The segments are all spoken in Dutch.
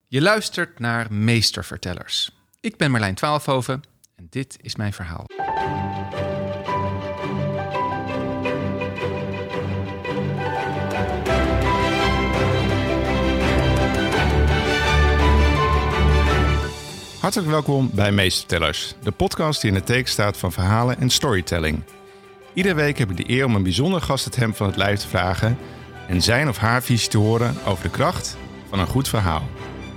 Je luistert naar Meestervertellers. Ik ben Marlijn Twaalfhoven en dit is mijn verhaal. Hartelijk welkom bij Meestervertellers, de podcast die in het teken staat van verhalen en storytelling. Iedere week heb ik de eer om een bijzondere gast het hemd van het lijf te vragen en zijn of haar visie te horen over de kracht van een goed verhaal.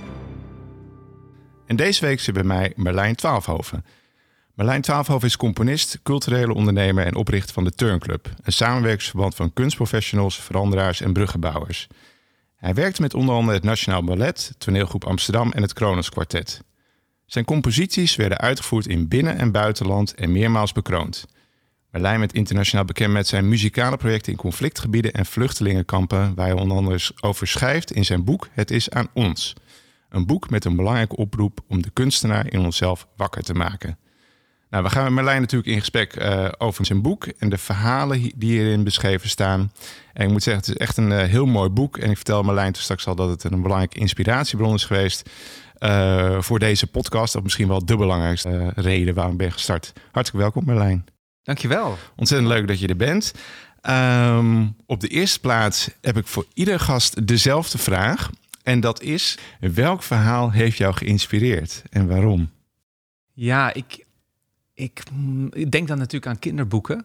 En deze week zit bij mij Marlijn Twaalfhoven. Marlijn Twaalfhoven is componist, culturele ondernemer en oprichter van de Turnclub, een samenwerkingsverband van kunstprofessionals, veranderaars en bruggenbouwers. Hij werkt met onder andere het Nationaal Ballet, Toneelgroep Amsterdam en het Kronos Kwartet. Zijn composities werden uitgevoerd in binnen- en buitenland en meermaals bekroond. Marlijn werd internationaal bekend met zijn muzikale projecten in conflictgebieden en vluchtelingenkampen, waar hij onder andere over schrijft in zijn boek Het is aan ons. Een boek met een belangrijke oproep om de kunstenaar in onszelf wakker te maken. Nou, we gaan met Marlijn natuurlijk in gesprek over zijn boek en de verhalen die hierin beschreven staan. En ik moet zeggen, het is echt een heel mooi boek. En ik vertel Marlijn toen straks al dat het een belangrijke inspiratiebron is geweest voor deze podcast. Of misschien wel de belangrijkste reden waarom ik ben gestart. Hartelijk welkom, Marlijn. Dankjewel. Ontzettend leuk dat je er bent. Op de eerste plaats heb ik voor iedere gast dezelfde vraag. En dat is, welk verhaal heeft jou geïnspireerd en waarom? Ja, ik denk dan natuurlijk aan kinderboeken.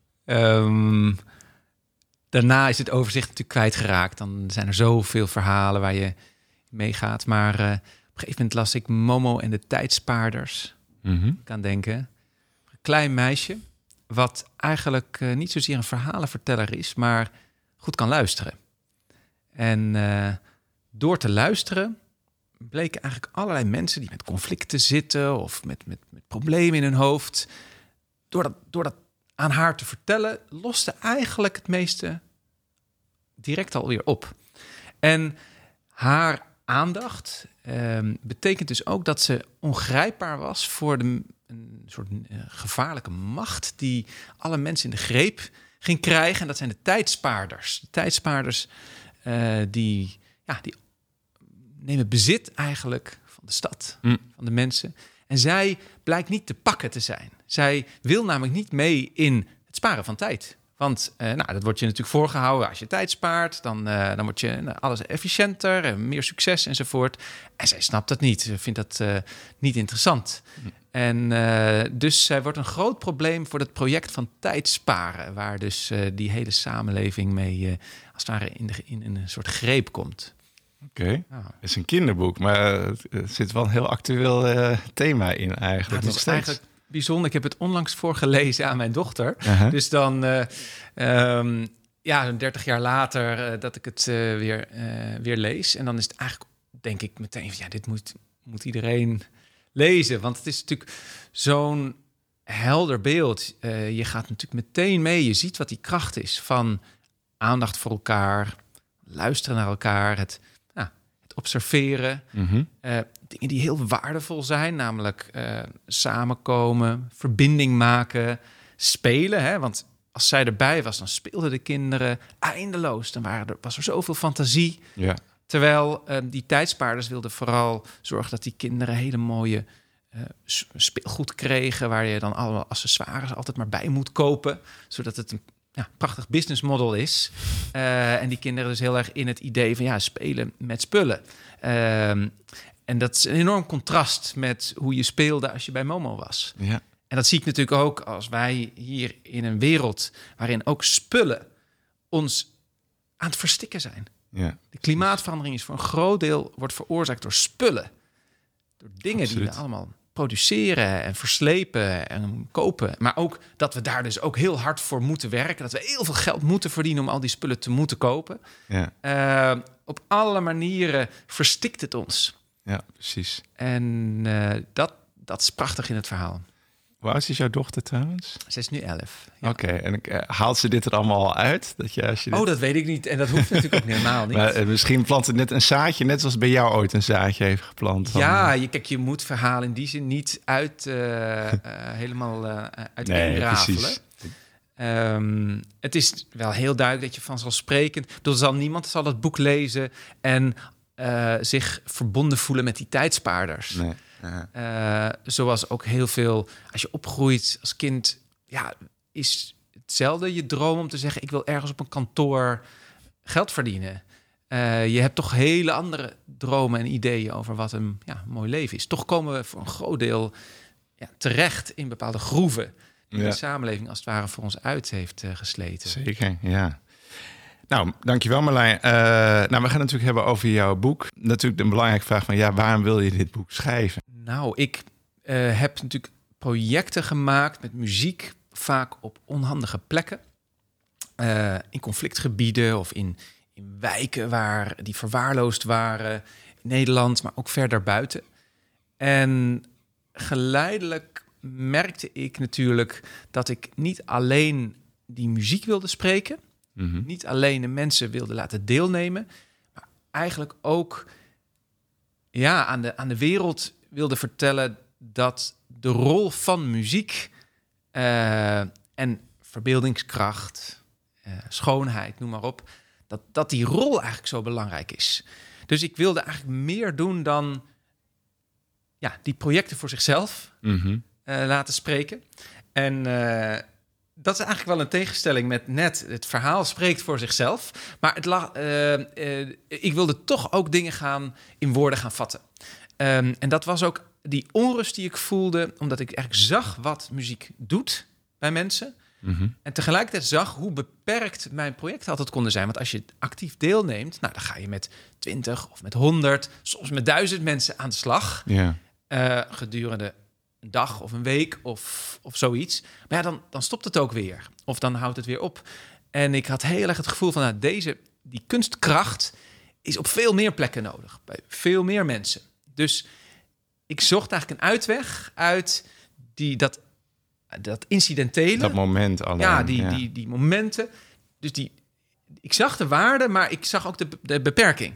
Daarna is het overzicht natuurlijk kwijtgeraakt. Dan zijn er zoveel verhalen waar je meegaat. Maar op een gegeven moment las ik Momo en de Tijdspaarders. Ik kan denken. Een klein meisje, wat eigenlijk niet zozeer een verhalenverteller is, maar goed kan luisteren. En door te luisteren bleken eigenlijk allerlei mensen die met conflicten zitten of met problemen in hun hoofd. Door dat aan haar te vertellen, loste eigenlijk het meeste direct alweer op. En haar aandacht betekent dus ook dat ze ongrijpbaar was voor een soort gevaarlijke macht die alle mensen in de greep ging krijgen. En dat zijn de tijdspaarders. De tijdspaarders die nemen bezit eigenlijk van de stad, van de mensen. En zij blijkt niet te pakken te zijn. Zij wil namelijk niet mee in het sparen van tijd. Want dat wordt je natuurlijk voorgehouden. Als je tijd spaart, dan wordt je alles efficiënter en meer succes enzovoort. En zij snapt dat niet. Ze vindt dat niet interessant. En dus zij wordt een groot probleem voor het project van tijd sparen, waar dus die hele samenleving mee als het ware in een soort greep komt. Oké. Het is een kinderboek, maar er zit wel een heel actueel thema in eigenlijk. Het is eigenlijk bijzonder. Ik heb het onlangs voorgelezen aan mijn dochter. Dus dan, 30 jaar later dat ik het weer lees. En dan is het eigenlijk, denk ik meteen, dit moet iedereen lezen. Want het is natuurlijk zo'n helder beeld. Je gaat natuurlijk meteen mee. Je ziet wat die kracht is van aandacht voor elkaar, luisteren naar elkaar, het observeren. Dingen die heel waardevol zijn, namelijk samenkomen, verbinding maken, spelen. Hè? Want als zij erbij was, dan speelden de kinderen eindeloos. Dan was er zoveel fantasie. Ja. Terwijl die tijdspaarders wilden vooral zorgen dat die kinderen hele mooie speelgoed kregen, waar je dan alle accessoires altijd maar bij moet kopen, zodat het een prachtig business model is. En die kinderen dus heel erg in het idee van spelen met spullen. En dat is een enorm contrast met hoe je speelde als je bij Momo was. Ja. En dat zie ik natuurlijk ook als wij hier in een wereld waarin ook spullen ons aan het verstikken zijn. Ja. De klimaatverandering is voor een groot deel wordt veroorzaakt door spullen. Door dingen Absoluut. Die we allemaal produceren en verslepen en kopen. Maar ook dat we daar dus ook heel hard voor moeten werken. Dat we heel veel geld moeten verdienen om al die spullen te moeten kopen. Ja. Op alle manieren verstikt het ons. Ja, precies. En dat is prachtig in het verhaal. Hoe oud is jouw dochter trouwens? Ze is nu 11. Ja. Oké, en haalt ze dit er allemaal al uit? Dat weet ik niet. En dat hoeft natuurlijk ook helemaal niet. Maar misschien plant het net een zaadje, net zoals bij jou ooit een zaadje heeft geplant. Ja, je moet verhalen in die zin niet helemaal uiteenrafelen. Het is wel heel duidelijk dat je vanzelfsprekend... Niemand zal het boek lezen en zich verbonden voelen met die tijdspaarders. Nee. Zoals ook heel veel, als je opgroeit als kind, is hetzelfde je droom om te zeggen, ik wil ergens op een kantoor geld verdienen. Je hebt toch hele andere dromen en ideeën over wat een mooi leven is. Toch komen we voor een groot deel terecht in bepaalde groeven die de samenleving als het ware voor ons uit heeft gesleten. Zeker, ja. Nou, dankjewel Marlijn. We gaan het natuurlijk hebben over jouw boek. Natuurlijk een belangrijke vraag van, waarom wil je dit boek schrijven? Nou, ik heb natuurlijk projecten gemaakt met muziek, vaak op onhandige plekken. In conflictgebieden of in wijken waar die verwaarloosd waren. In Nederland, maar ook verder buiten. En geleidelijk merkte ik natuurlijk dat ik niet alleen die muziek wilde spreken, niet alleen de mensen wilde laten deelnemen, maar eigenlijk ook aan de wereld wilde vertellen dat de rol van muziek en verbeeldingskracht, schoonheid, noem maar op, dat die rol eigenlijk zo belangrijk is. Dus ik wilde eigenlijk meer doen dan die projecten voor zichzelf laten spreken. En dat is eigenlijk wel een tegenstelling met net. Het verhaal spreekt voor zichzelf. Maar ik wilde toch ook dingen in woorden gaan vatten. En dat was ook die onrust die ik voelde, omdat ik eigenlijk zag wat muziek doet bij mensen. En tegelijkertijd zag hoe beperkt mijn projecten altijd konden zijn. Want als je actief deelneemt, dan ga je met 20 of met 100, soms met 1000 mensen aan de slag. Gedurende een dag of een week of zoiets. Maar dan stopt het ook weer. Of dan houdt het weer op. En ik had heel erg het gevoel van, die kunstkracht is op veel meer plekken nodig. Bij veel meer mensen. Dus ik zocht eigenlijk een uitweg uit dat incidentele. Dat moment alleen. Die momenten. Dus ik zag de waarde, maar ik zag ook de beperking.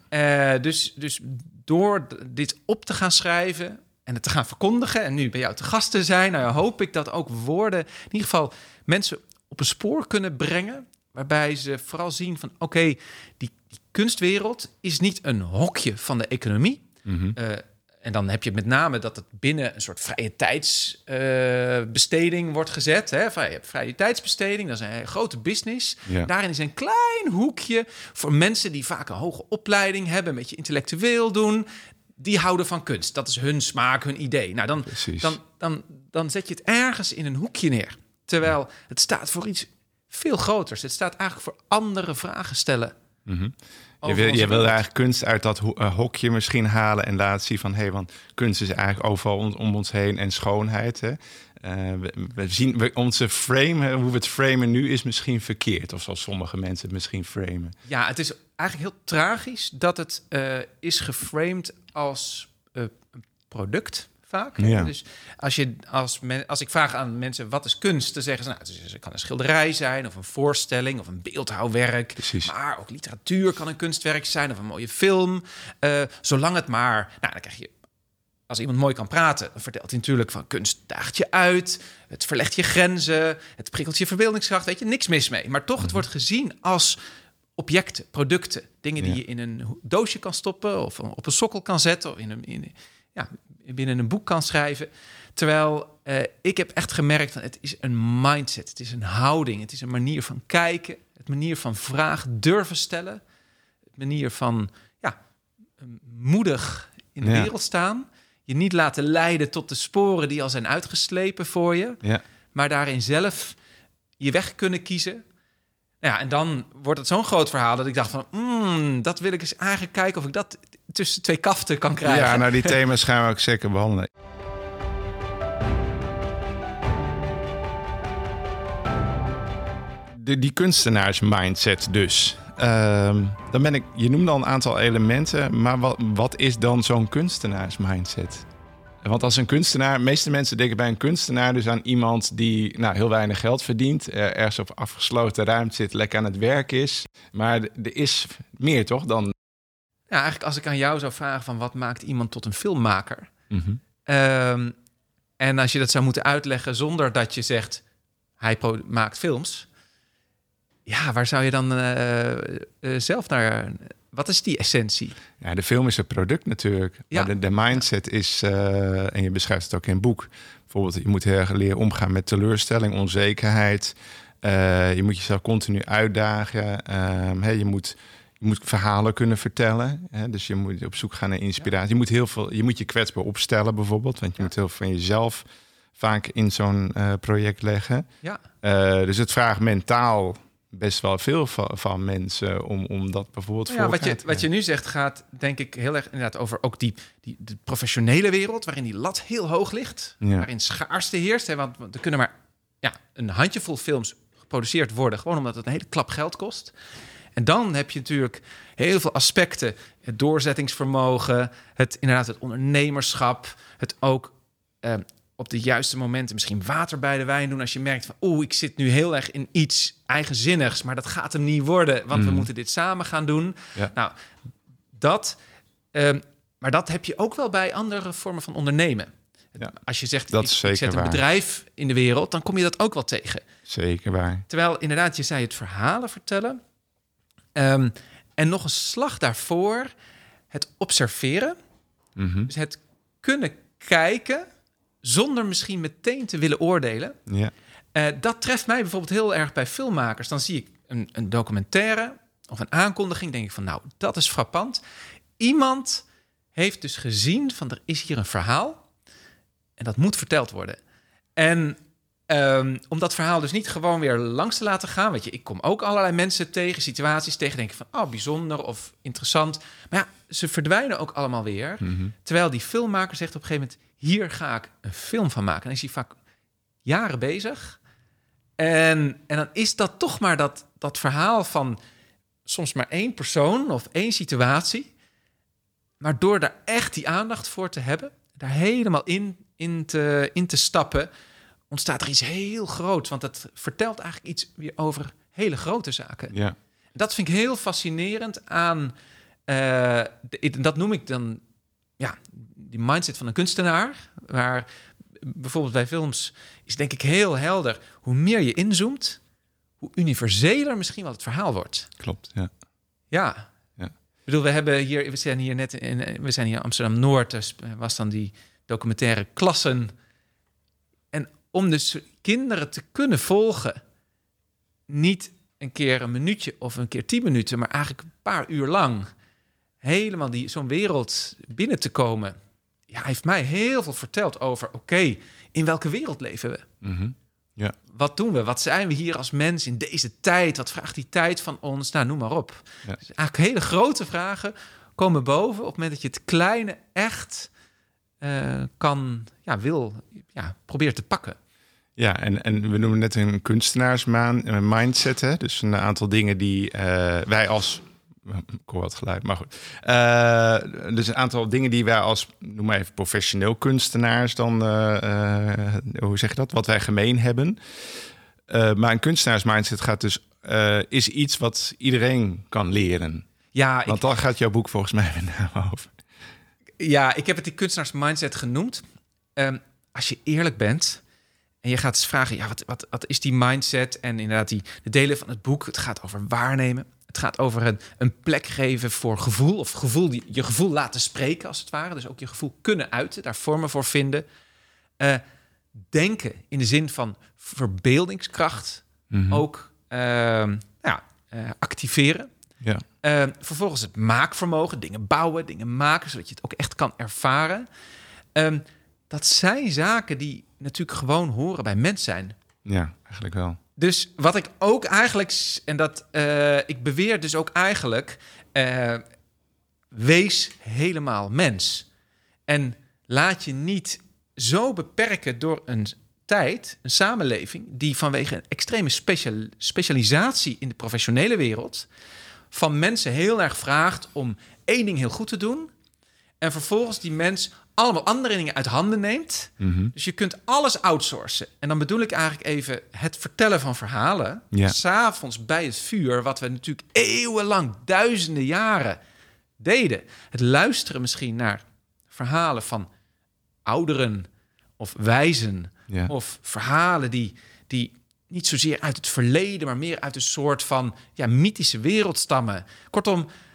Dus door dit op te gaan schrijven en het te gaan verkondigen en nu bij jou te gast te zijn, hoop ik dat ook woorden in ieder geval mensen op een spoor kunnen brengen, waarbij ze vooral zien van die kunstwereld is niet een hokje van de economie. En dan heb je met name dat het binnen een soort vrije tijdsbesteding wordt gezet. Hè? Je hebt vrije tijdsbesteding, dat is een grote business. Daarin is een klein hoekje voor mensen die vaak een hoge opleiding hebben, een beetje intellectueel doen. Die houden van kunst. Dat is hun smaak, hun idee. Nou, dan zet je het ergens in een hoekje neer. Terwijl het staat voor iets veel groters. Het staat eigenlijk voor andere vragen stellen. Je wil eigenlijk kunst uit dat hokje misschien halen en laten zien van, want kunst is eigenlijk overal om ons heen en schoonheid. Hè? We zien onze frame, hoe we het framen nu is misschien verkeerd. Of zoals sommige mensen het misschien framen. Ja, het is eigenlijk heel tragisch dat het is geframed als een product vaak. Dus als ik vraag aan mensen wat is kunst, dan zeggen ze, het kan een schilderij zijn of een voorstelling of een beeldhouwwerk. Precies. Maar ook literatuur kan een kunstwerk zijn of een mooie film. Zolang het maar, dan krijg je, als iemand mooi kan praten, dan vertelt hij natuurlijk van kunst daagt je uit, het verlegt je grenzen, het prikkelt je verbeeldingskracht, weet je, niks mis mee. Maar toch, het wordt gezien als objecten, producten, dingen die je in een doosje kan stoppen of op een sokkel kan zetten of binnen een boek kan schrijven. Terwijl ik heb echt gemerkt dat het is een mindset, het is een houding, het is een manier van kijken, het manier van vragen durven stellen, het manier van moedig in de wereld staan, je niet laten leiden tot de sporen die al zijn uitgeslepen voor je, maar daarin zelf je weg kunnen kiezen. En dan wordt het zo'n groot verhaal dat ik dacht van, dat wil ik eens eigenlijk kijken of ik dat tussen twee kaften kan krijgen. Ja, die thema's gaan we ook zeker behandelen. Die kunstenaarsmindset dus. Dan je noemde al een aantal elementen, maar wat is dan zo'n kunstenaarsmindset? Want als een kunstenaar, meeste mensen denken bij een kunstenaar dus aan iemand die heel weinig geld verdient, ergens op afgesloten ruimte zit, lekker aan het werk is. Maar er is meer toch dan... Ja, eigenlijk als ik aan jou zou vragen van wat maakt iemand tot een filmmaker? En als je dat zou moeten uitleggen zonder dat je zegt, hij maakt films. Ja, waar zou je dan zelf naar wat is die essentie? Ja, de film is een product natuurlijk. Ja. Maar de mindset is, en je beschrijft het ook in het boek... bijvoorbeeld, je moet heel erg leren omgaan met teleurstelling, onzekerheid. Je moet jezelf continu uitdagen. Je moet verhalen kunnen vertellen. Dus je moet op zoek gaan naar inspiratie. Je moet je kwetsbaar opstellen bijvoorbeeld. Want je moet heel veel van jezelf vaak in zo'n project leggen. Ja. Dus het vraagt mentaal best wel veel van mensen om dat bijvoorbeeld voor elkaar te krijgen. Wat je nu zegt gaat denk ik heel erg inderdaad over ook de professionele wereld... waarin die lat heel hoog ligt, waarin schaarste heerst. Hè, want er kunnen maar een handjevol films geproduceerd worden... gewoon omdat het een hele klap geld kost. En dan heb je natuurlijk heel veel aspecten. Het doorzettingsvermogen, het ondernemerschap... het ook op de juiste momenten misschien water bij de wijn doen... als je merkt van, ik zit nu heel erg in iets eigenzinnigs... maar dat gaat hem niet worden, want we moeten dit samen gaan doen. Ja. Nou, maar dat heb je ook wel bij andere vormen van ondernemen. Ja. Als je zegt, ik zet een bedrijf in de wereld... dan kom je dat ook wel tegen. Zeker waar. Terwijl inderdaad, je zei het verhalen vertellen... en nog een slag daarvoor, het observeren. Mm-hmm. Dus het kunnen kijken... zonder misschien meteen te willen oordelen. Ja. Dat treft mij bijvoorbeeld heel erg bij filmmakers. Dan zie ik een documentaire of een aankondiging... denk ik van, nou, dat is frappant. Iemand heeft dus gezien van, er is hier een verhaal... en dat moet verteld worden. En om dat verhaal dus niet gewoon weer langs te laten gaan... weet je, ik kom ook allerlei mensen tegen, situaties tegen... denk ik van, bijzonder of interessant. Maar ja, ze verdwijnen ook allemaal weer. Mm-hmm. Terwijl die filmmaker zegt op een gegeven moment... hier ga ik een film van maken. En dan is hij vaak jaren bezig. En dan is dat toch maar dat verhaal van... soms maar één persoon of één situatie. Maar door daar echt die aandacht voor te hebben... daar helemaal in te stappen... ontstaat er iets heel groots. Want het vertelt eigenlijk iets weer over hele grote zaken. Ja. Dat vind ik heel fascinerend aan... dat noem ik dan... ja, die mindset van een kunstenaar... waar bijvoorbeeld bij films is denk ik heel helder... hoe meer je inzoomt... hoe universeler misschien wel het verhaal wordt. Klopt, ja. Ja. Ik bedoel, we zijn hier net in Amsterdam-Noord... dus was dan die documentaire Klassen... En om dus kinderen te kunnen volgen... niet een keer een minuutje of een keer 10 minuten... maar eigenlijk een paar uur lang... helemaal zo'n wereld binnen te komen... ja, hij heeft mij heel veel verteld over... oké, in welke wereld leven we? Mm-hmm. Ja. Wat doen we? Wat zijn we hier als mens in deze tijd? Wat vraagt die tijd van ons? Nou, noem maar op. Ja. Dus eigenlijk hele grote vragen komen boven... op het moment dat je het kleine echt... probeert te pakken. Ja, en we noemen net een kunstenaarsmindset. Hè? Dus een aantal dingen die wij als... Ik hoor wat geluid, maar goed. Dus een aantal dingen die wij als, noem maar even, professioneel kunstenaars dan... hoe zeg je dat? Wat wij gemeen hebben. Maar een kunstenaarsmindset gaat dus... is iets wat iedereen kan leren. Ja, want dan gaat jouw boek volgens mij met name over. Ja, ik heb het die kunstenaarsmindset genoemd. Als je eerlijk bent en je gaat eens vragen... ja, wat is die mindset? En inderdaad, de delen van het boek... het gaat over waarnemen. Het gaat over een plek geven voor gevoel... of je gevoel laten spreken, als het ware. Dus ook je gevoel kunnen uiten, daar vormen voor vinden. Denken in de zin van verbeeldingskracht. Mm-hmm. Ook activeren. Ja. Vervolgens het maakvermogen, dingen bouwen, dingen maken... zodat je het ook echt kan ervaren. Dat zijn zaken die natuurlijk gewoon horen bij mens zijn. Ja, eigenlijk wel. Dus wat ik ook eigenlijk... en dat ik beweer dus ook eigenlijk... wees helemaal mens. En laat je niet zo beperken door een tijd, een samenleving... die vanwege een extreme specialisatie in de professionele wereld... van mensen heel erg vraagt om één ding heel goed te doen... en vervolgens die mens allemaal andere dingen uit handen neemt. Mm-hmm. Dus je kunt alles outsourcen. En dan bedoel ik eigenlijk even het vertellen van verhalen... Ja. 's avonds bij het vuur, wat we natuurlijk eeuwenlang, duizenden jaren deden. Het luisteren misschien naar verhalen van ouderen of wijzen... Ja. of verhalen die niet zozeer uit het verleden... maar meer uit een soort van mythische wereld stammen. Kortom,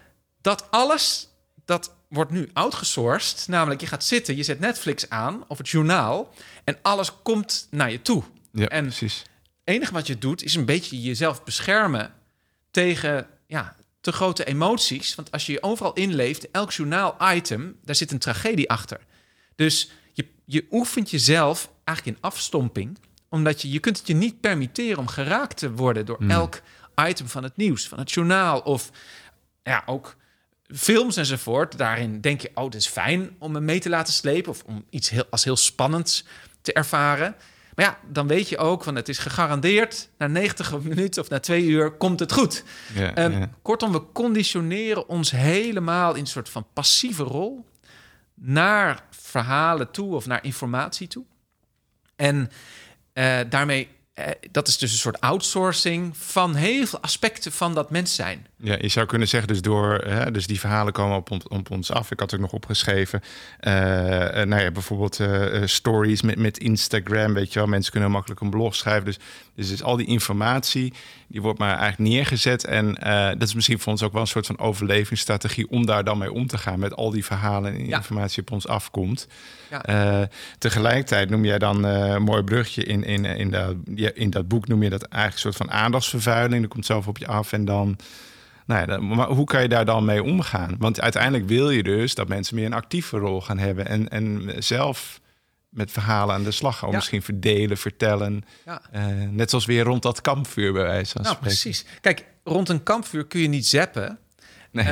Dat alles, dat wordt nu outgesourced. Namelijk, je gaat zitten, je zet Netflix aan of het journaal en alles komt naar je toe. Ja, en precies. Het enige wat je doet is een beetje jezelf beschermen tegen te grote emoties. Want als je je overal inleeft, elk journaal-item, daar zit een tragedie achter. Dus je oefent jezelf eigenlijk in afstomping, omdat je kunt het je niet permitteren om geraakt te worden door elk item van het nieuws, van het journaal of ook films enzovoort. Daarin denk je, het is fijn om me mee te laten slepen of om iets als heel spannends te ervaren. Maar dan weet je ook, van het is gegarandeerd, na 90 minuten of na 2 uur komt het goed. Kortom, we conditioneren ons helemaal in een soort van passieve rol naar verhalen toe of naar informatie toe. En daarmee, dat is dus een soort outsourcing van heel veel aspecten van dat mens zijn. Ja, je zou kunnen zeggen, dus dus die verhalen komen op ons af. Ik had ook nog opgeschreven, bijvoorbeeld stories met Instagram, weet je wel. Mensen kunnen makkelijk een blog schrijven. Dus al die informatie, die wordt maar eigenlijk neergezet. En dat is misschien voor ons ook wel een soort van overlevingsstrategie om daar dan mee om te gaan met al die verhalen en informatie die op ons afkomt. Ja. Tegelijkertijd noem jij dan een mooi brugje in dat boek, noem je dat eigenlijk een soort van aandachtsvervuiling. Dat komt zelf op je af en dan... maar hoe kan je daar dan mee omgaan? Want uiteindelijk wil je dus dat mensen meer een actieve rol gaan hebben en zelf met verhalen aan de slag gaan. Misschien verdelen, vertellen. Ja. Net zoals weer rond dat kampvuur bij wijze van spreken. Precies. Kijk, rond een kampvuur kun je niet zappen. Nee.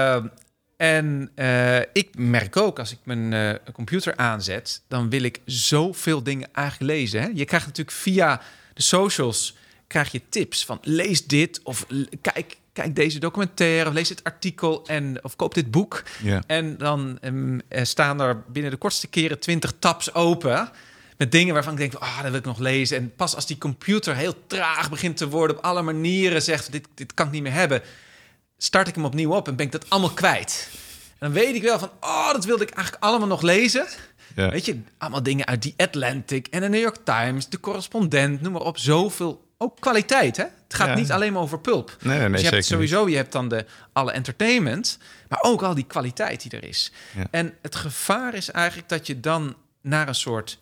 Ik merk ook, als ik mijn computer aanzet, dan wil ik zoveel dingen eigenlijk lezen. Hè? Je krijgt natuurlijk via de socials krijg je tips van lees dit of kijk deze documentaire of lees dit artikel of koop dit boek. Yeah. En dan staan er binnen de kortste keren 20 tabs open met dingen waarvan ik denk, dat wil ik nog lezen. En pas als die computer heel traag begint te worden, op alle manieren zegt, dit kan ik niet meer hebben, start ik hem opnieuw op en ben ik dat allemaal kwijt. En dan weet ik wel van, dat wilde ik eigenlijk allemaal nog lezen. Ja. Weet je, allemaal dingen uit The Atlantic en de New York Times, de Correspondent, noem maar op, zoveel. Ook kwaliteit, hè? Het gaat niet alleen maar over pulp. Nee, dus je hebt sowieso, niet. Je hebt dan alle entertainment, maar ook al die kwaliteit die er is. Ja. En het gevaar is eigenlijk dat je dan naar een soort...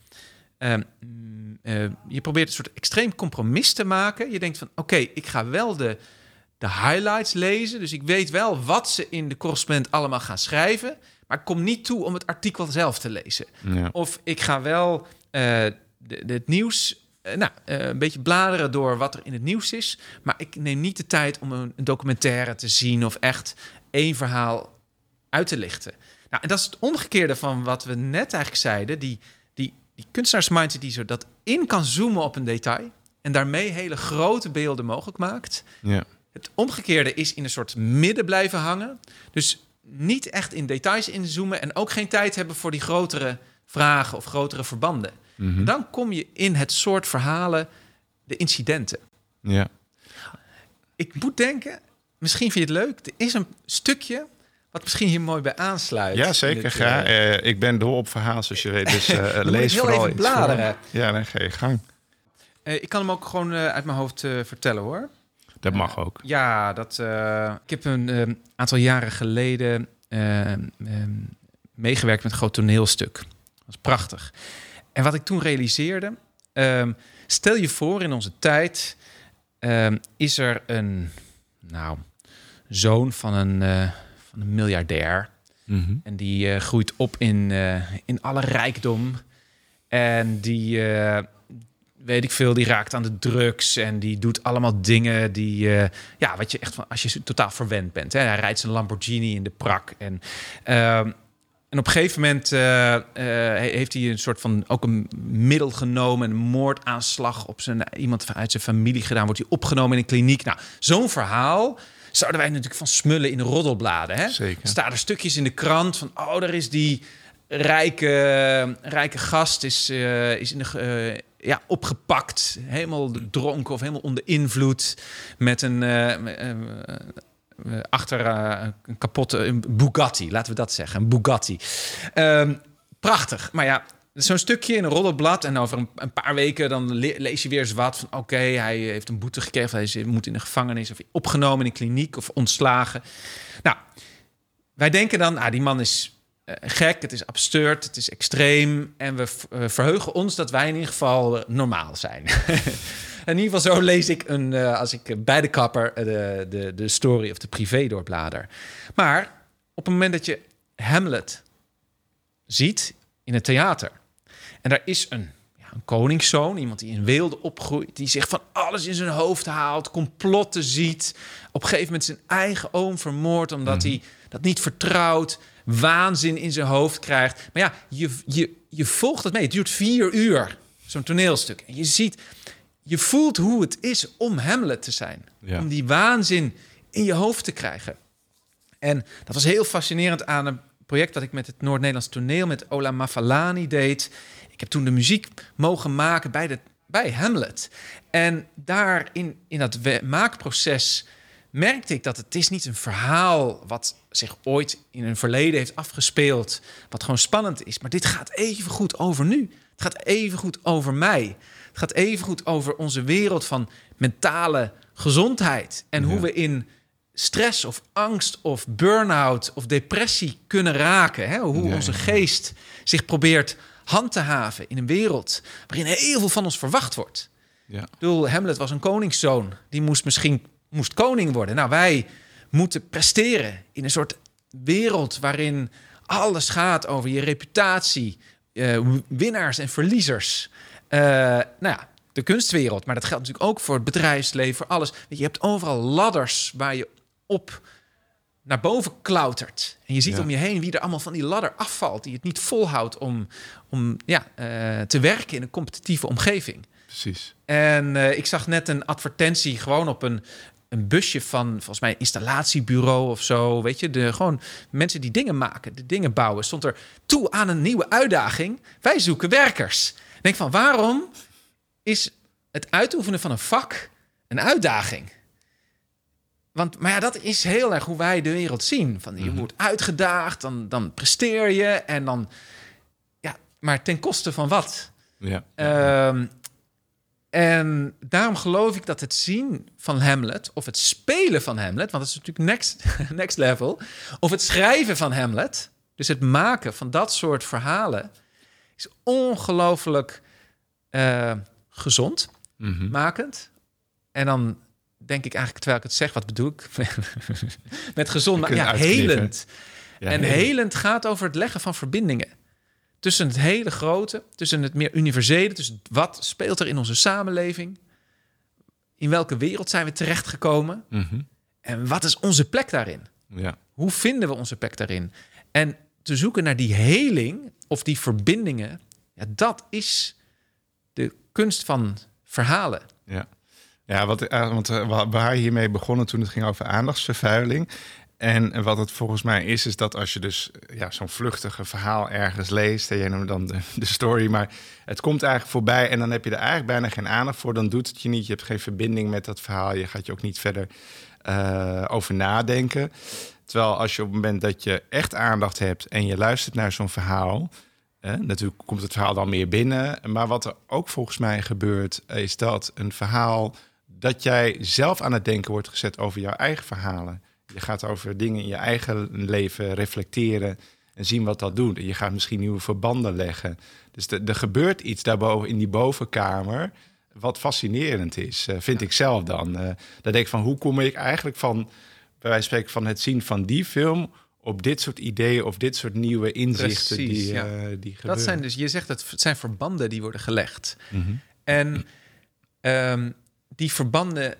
je probeert een soort extreem compromis te maken. Je denkt van, oké, ik ga wel de highlights lezen. Dus ik weet wel wat ze in de correspondent allemaal gaan schrijven. Maar ik kom niet toe om het artikel zelf te lezen. Ja. Of ik ga wel het nieuws... een beetje bladeren door wat er in het nieuws is. Maar ik neem niet de tijd om een documentaire te zien of echt één verhaal uit te lichten. En dat is het omgekeerde van wat we net eigenlijk zeiden. Die kunstenaarsmindset die zo dat in kan zoomen op een detail en daarmee hele grote beelden mogelijk maakt. Ja. Het omgekeerde is in een soort midden blijven hangen. Dus niet echt in details inzoomen en ook geen tijd hebben voor die grotere vragen of grotere verbanden. Mm-hmm. Dan kom je in het soort verhalen, de incidenten. Ja. Ik moet denken, misschien vind je het leuk, er is een stukje wat misschien hier mooi bij aansluit. Ja, zeker. Ga. Ik ben dol op verhaal, zoals je weet. Dus lees heel vooral even bladeren. Ja, dan ga je gang. Ik kan hem ook gewoon uit mijn hoofd vertellen, hoor. Dat mag ook. Ja, ik heb een aantal jaren geleden meegewerkt met een groot toneelstuk. Dat was prachtig. En wat ik toen realiseerde, stel je voor in onze tijd is er een zoon van een miljardair. Mm-hmm. En die groeit op in alle rijkdom. En die, weet ik veel, die raakt aan de drugs en die doet allemaal dingen die, wat je echt van, als je totaal verwend bent. Hè? Hij rijdt zijn Lamborghini in de prak en op een gegeven moment heeft hij een soort van ook een middel genomen, een moordaanslag op iemand uit zijn familie gedaan, wordt hij opgenomen in een kliniek. Nou, zo'n verhaal zouden wij natuurlijk van smullen in de roddelbladen. Hè? Zeker. Staan er stukjes in de krant van, er is die rijke gast is in de opgepakt, helemaal dronken of helemaal onder invloed met achter een kapotte Bugatti, laten we dat zeggen, een Bugatti. Prachtig, maar ja, zo'n stukje in een roddelblad en over een paar weken dan lees je weer eens wat van oké, hij heeft een boete gekregen, hij moet in de gevangenis of opgenomen in een kliniek of ontslagen. Nou, wij denken dan, die man is gek, het is absurd, het is extreem. En we verheugen ons dat wij in ieder geval normaal zijn. In ieder geval zo lees ik als ik bij de kapper de story of de privé doorblader. Maar op het moment dat je Hamlet ziet in het theater... en daar is een koningszoon, iemand die in weelde opgroeit... die zich van alles in zijn hoofd haalt, complotten ziet... op een gegeven moment zijn eigen oom vermoordt... omdat hij dat niet vertrouwt, waanzin in zijn hoofd krijgt. Maar ja, je volgt het mee. Het duurt 4 uur, zo'n toneelstuk. En je voelt hoe het is om Hamlet te zijn. Ja. Om die waanzin in je hoofd te krijgen. En dat was heel fascinerend aan een project... dat ik met het Noord-Nederlands toneel met Ola Mafalani deed. Ik heb toen de muziek mogen maken bij Hamlet. En daar in dat maakproces merkte ik dat het is niet een verhaal... wat zich ooit in een verleden heeft afgespeeld... wat gewoon spannend is. Maar dit gaat even goed over nu. Het gaat even goed over mij. Het gaat even goed over onze wereld van mentale gezondheid. En hoe we in stress of angst of burn-out of depressie kunnen raken. Hè? Hoe onze geest zich probeert hand te haven in een wereld... waarin heel veel van ons verwacht wordt. Ja. Ik bedoel, Hamlet was een koningszoon. Die moest koning worden. Nou, wij moeten presteren in een soort wereld... waarin alles gaat over je reputatie... winnaars en verliezers... de kunstwereld, maar dat geldt natuurlijk ook voor het bedrijfsleven, voor alles. Je hebt overal ladders waar je op naar boven klautert. En je ziet om je heen wie er allemaal van die ladder afvalt... die het niet volhoudt om te werken in een competitieve omgeving. Precies. En ik zag net een advertentie gewoon op een busje van, volgens mij, een installatiebureau of zo. Weet je, gewoon mensen die dingen maken, die dingen bouwen. Stond er toe aan een nieuwe uitdaging. Wij zoeken werkers. Ik denk van, waarom is het uitoefenen van een vak een uitdaging? Maar dat is heel erg hoe wij de wereld zien. Van, je wordt uitgedaagd, dan presteer je en dan... Ja, maar ten koste van wat? Ja. En daarom geloof ik dat het zien van Hamlet... of het spelen van Hamlet... want dat is natuurlijk next level... of het schrijven van Hamlet... dus het maken van dat soort verhalen... is ongelooflijk gezond, makend. En dan denk ik eigenlijk, terwijl ik het zeg... wat bedoel ik? Met gezond, maar helend. Ja, en helend gaat over het leggen van verbindingen... tussen het hele grote, tussen het meer universele... tussen wat speelt er in onze samenleving... in welke wereld zijn we terechtgekomen... en wat is onze plek daarin? Ja. Hoe vinden we onze plek daarin? En te zoeken naar die heling of die verbindingen... dat is de kunst van verhalen. Ja, want we waren hiermee begonnen toen het ging over aandachtsvervuiling... En wat het volgens mij is dat als je dus zo'n vluchtige verhaal ergens leest... en jij noemt dan de story, maar het komt eigenlijk voorbij... en dan heb je er eigenlijk bijna geen aandacht voor. Dan doet het je niet, je hebt geen verbinding met dat verhaal. Je gaat je ook niet verder over nadenken. Terwijl als je op het moment dat je echt aandacht hebt... en je luistert naar zo'n verhaal... natuurlijk komt het verhaal dan meer binnen. Maar wat er ook volgens mij gebeurt... is dat een verhaal dat jij zelf aan het denken wordt gezet... over jouw eigen verhalen... Je gaat over dingen in je eigen leven reflecteren en zien wat dat doet. En je gaat misschien nieuwe verbanden leggen. Dus er gebeurt iets daarboven in die bovenkamer wat fascinerend is, vind ik zelf dan. Dan denk ik van, hoe kom ik eigenlijk van, bij wijze van spreken, van het zien van die film op dit soort ideeën of dit soort nieuwe inzichten. Precies, die gebeuren. Dat zijn dus, je zegt het zijn verbanden die worden gelegd. En die verbanden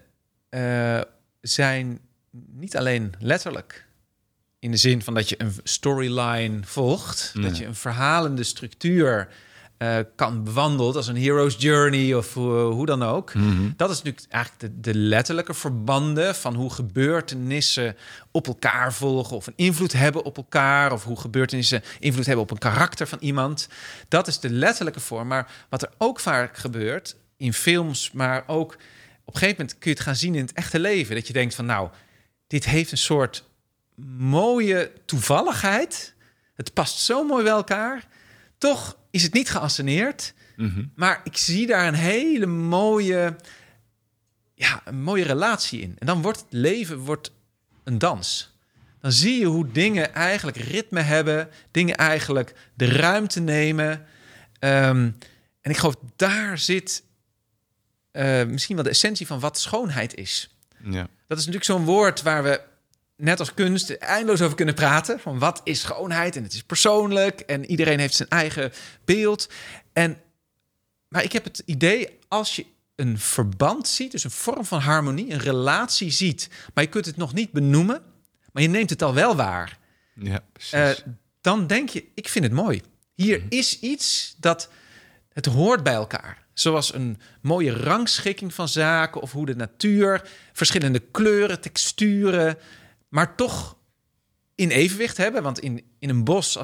zijn niet alleen letterlijk in de zin van dat je een storyline volgt, dat je een verhalende structuur kan bewandelen als een hero's journey of hoe dan ook. Dat is natuurlijk eigenlijk de letterlijke verbanden van hoe gebeurtenissen op elkaar volgen of een invloed hebben op elkaar of hoe gebeurtenissen invloed hebben op een karakter van iemand. Dat is de letterlijke vorm. Maar wat er ook vaak gebeurt in films, maar ook op een gegeven moment kun je het gaan zien in het echte leven. Dat je denkt van, nou, dit heeft een soort mooie toevalligheid. Het past zo mooi bij elkaar. Toch is het niet geanceneerd. Maar ik zie daar een hele mooie een mooie relatie in. En dan wordt het leven een dans. dan zie je hoe dingen eigenlijk ritme hebben, dingen eigenlijk de ruimte nemen. En ik geloof, daar zit misschien wel de essentie van wat schoonheid is. Ja. Dat is natuurlijk zo'n woord waar we, net als kunst, eindeloos over kunnen praten. Van wat is schoonheid? En het is persoonlijk. En iedereen heeft zijn eigen beeld. Maar ik heb het idee, als je een verband ziet, dus een vorm van harmonie, een relatie ziet, maar je kunt het nog niet benoemen, maar je neemt het al wel waar. Ja, precies. Dan denk je, ik vind het mooi. Hier is iets dat het hoort bij elkaar. Zoals een mooie rangschikking van zaken of hoe de natuur verschillende kleuren, texturen, maar toch in evenwicht hebben. Want in een bos,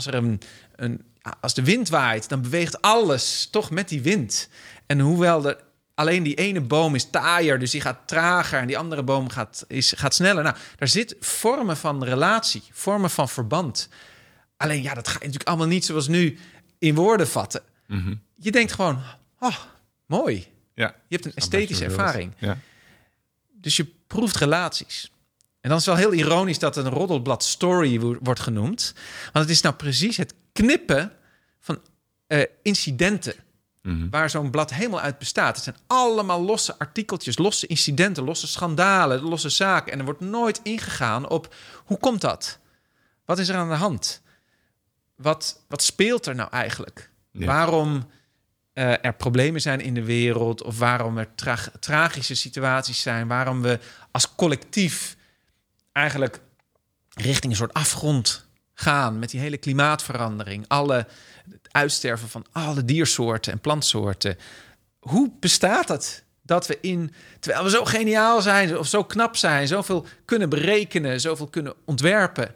als de wind waait, dan beweegt alles toch met die wind. En hoewel alleen die ene boom is taaier, dus die gaat trager, en die andere boom gaat sneller. Nou, daar zit vormen van relatie, vormen van verband. Alleen ja, dat ga je natuurlijk allemaal niet zoals nu in woorden vatten. Mm-hmm. Je denkt gewoon, mooi. Ja, je hebt een esthetische ervaring. Ja. Dus je proeft relaties. En dan is het wel heel ironisch dat een roddelblad story wordt genoemd. Want het is nou precies het knippen van incidenten. Mm-hmm. Waar zo'n blad helemaal uit bestaat. Het zijn allemaal losse artikeltjes, losse incidenten, losse schandalen, losse zaken. En er wordt nooit ingegaan op, hoe komt dat? Wat is er aan de hand? Wat speelt er nou eigenlijk? Ja. Waarom er problemen zijn in de wereld, of waarom er tragische situaties zijn, waarom we als collectief eigenlijk richting een soort afgrond gaan met die hele klimaatverandering, het uitsterven van alle diersoorten en plantsoorten. Hoe bestaat het dat we terwijl we zo geniaal zijn of zo knap zijn, zoveel kunnen berekenen, zoveel kunnen ontwerpen,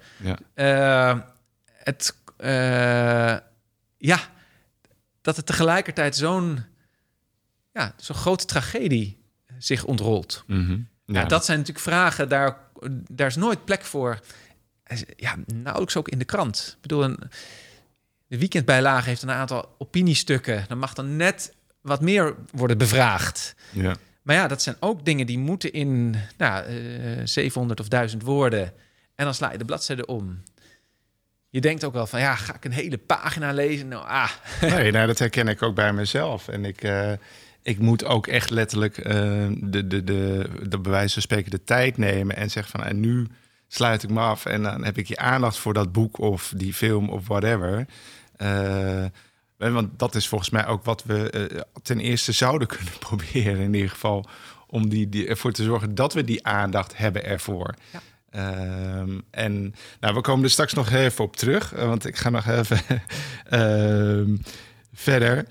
dat het tegelijkertijd zo'n grote tragedie zich ontrolt. Mm-hmm. Ja. Dat zijn natuurlijk vragen, daar is nooit plek voor. Ja, nauwelijks ook in de krant. Ik bedoel, de weekendbijlage heeft een aantal opiniestukken. Dan mag dan net wat meer worden bevraagd. Ja. Maar ja, dat zijn ook dingen die moeten in 700 of 1000 woorden. En dan sla je de bladzijde om. Je denkt ook wel van, ga ik een hele pagina lezen? Nee, dat herken ik ook bij mezelf. En ik moet ook echt letterlijk de bij wijze van spreken de tijd nemen en zeggen van, en nu sluit ik me af en dan heb ik je aandacht voor dat boek of die film of whatever. Want dat is volgens mij ook wat we ten eerste zouden kunnen proberen in ieder geval, om ervoor te zorgen dat we die aandacht hebben ervoor. Ja. En we komen er straks nog even op terug, want ik ga nog even verder.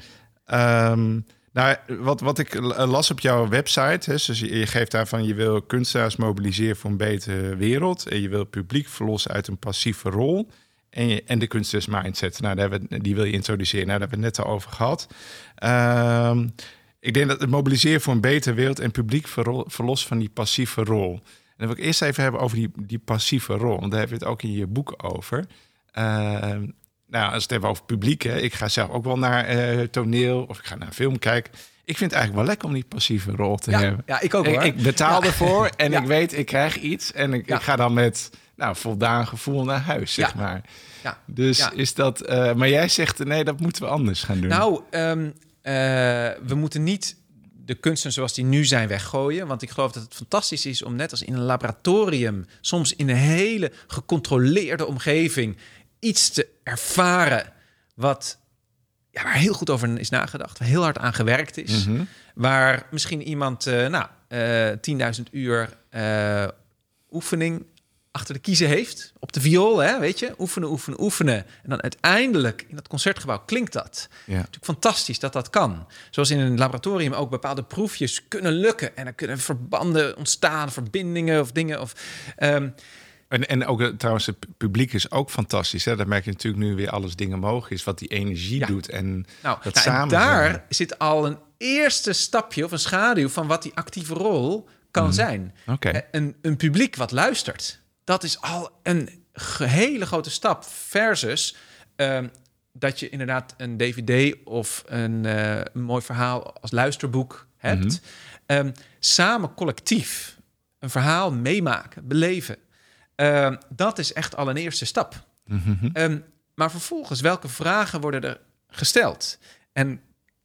Wat ik las op jouw website, dus je geeft aan van je wil kunstenaars mobiliseren voor een betere wereld en je wil het publiek verlossen uit een passieve rol en de kunstenaars mindset. Die wil je introduceren. Daar hebben we het net al over gehad. Ik denk dat het mobiliseren voor een betere wereld en publiek verlossen van die passieve rol. En dan wil ik eerst even hebben over die passieve rol. Want daar heb je het ook in je boek over. Als we het hebben over publiek. Ik ga zelf ook wel naar toneel of ik ga naar een film kijken. Ik vind het eigenlijk wel lekker om die passieve rol te hebben. Ja, ik ook hoor. Ik betaal ervoor en ik weet, ik krijg iets. En ik ga dan met voldaan gevoel naar huis, zeg maar. Ja. Dus is dat... maar jij zegt, nee, dat moeten we anders gaan doen. We moeten niet de kunsten zoals die nu zijn weggooien. Want ik geloof dat het fantastisch is om net als in een laboratorium, soms in een hele gecontroleerde omgeving, iets te ervaren waar heel goed over is nagedacht, waar heel hard aan gewerkt is, mm-hmm. Waar misschien iemand 10.000 uur oefening achter de kiezen heeft, op de viool, weet je, oefenen. En dan uiteindelijk in dat concertgebouw klinkt dat. Ja. Natuurlijk fantastisch dat kan. Zoals in een laboratorium ook bepaalde proefjes kunnen lukken en er kunnen verbanden ontstaan, verbindingen of dingen. En ook trouwens, het publiek is ook fantastisch. Hè? Dat merk je natuurlijk nu weer alles dingen mogelijk is, wat die energie doet. En dat samen. En daar zit al een eerste stapje of een schaduw van wat die actieve rol kan zijn. Okay. Een publiek wat luistert. Dat is al een hele grote stap versus dat je inderdaad een DVD of een mooi verhaal als luisterboek hebt. Mm-hmm. Samen collectief een verhaal meemaken, beleven. Dat is echt al een eerste stap. Mhm. Maar vervolgens, welke vragen worden er gesteld? En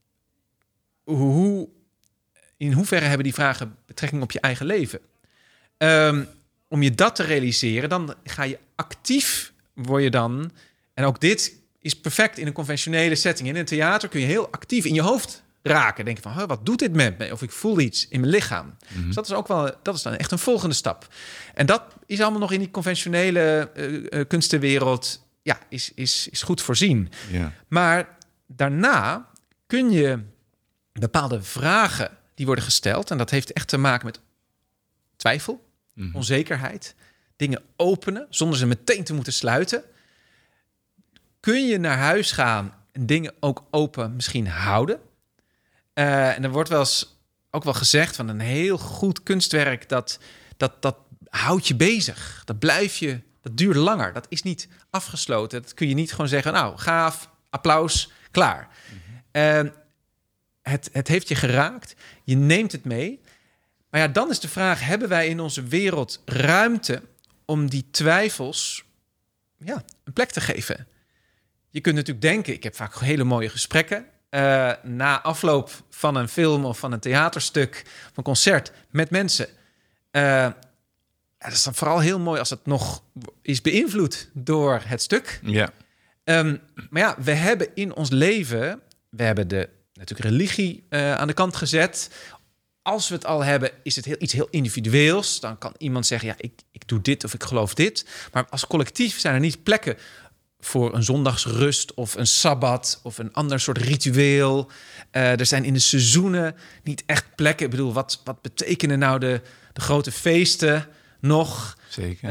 in hoeverre hebben die vragen betrekking op je eigen leven? Om je dat te realiseren, dan ga je actief, word je dan... En ook dit is perfect in een conventionele setting. In een theater kun je heel actief in je hoofd raken. Denken van, wat doet dit met me? Of ik voel iets in mijn lichaam. Dus dat is dan echt een volgende stap. En dat is allemaal nog in die conventionele kunstenwereld... Ja, is goed voorzien. Ja. Maar daarna kun je bepaalde vragen die worden gesteld... en dat heeft echt te maken met twijfel, onzekerheid... dingen openen zonder ze meteen te moeten sluiten... kun je naar huis gaan en dingen ook open misschien houden. En er wordt ook wel gezegd van een heel goed kunstwerk... dat houdt je bezig. Dat duurt langer. Dat is niet afgesloten. Dat kun je niet gewoon zeggen... nou, gaaf, applaus, klaar. Het heeft je geraakt. Je neemt het mee. Maar ja, dan is de vraag... hebben wij in onze wereld ruimte... om die twijfels een plek te geven? Je kunt natuurlijk denken... ik heb vaak hele mooie gesprekken... na afloop van een film of van een theaterstuk... of een concert met mensen... dat is dan vooral heel mooi als het nog is beïnvloed door het stuk. Ja. Maar ja, we hebben in ons leven... we hebben natuurlijk religie aan de kant gezet. Als we het al hebben, is het iets heel individueels. Dan kan iemand zeggen, ja, ik doe dit of ik geloof dit. Maar als collectief zijn er niet plekken... voor een zondagsrust of een sabbat of een ander soort ritueel. Er zijn in de seizoenen niet echt plekken. Ik bedoel, wat betekenen nou de grote feesten nog? Zeker.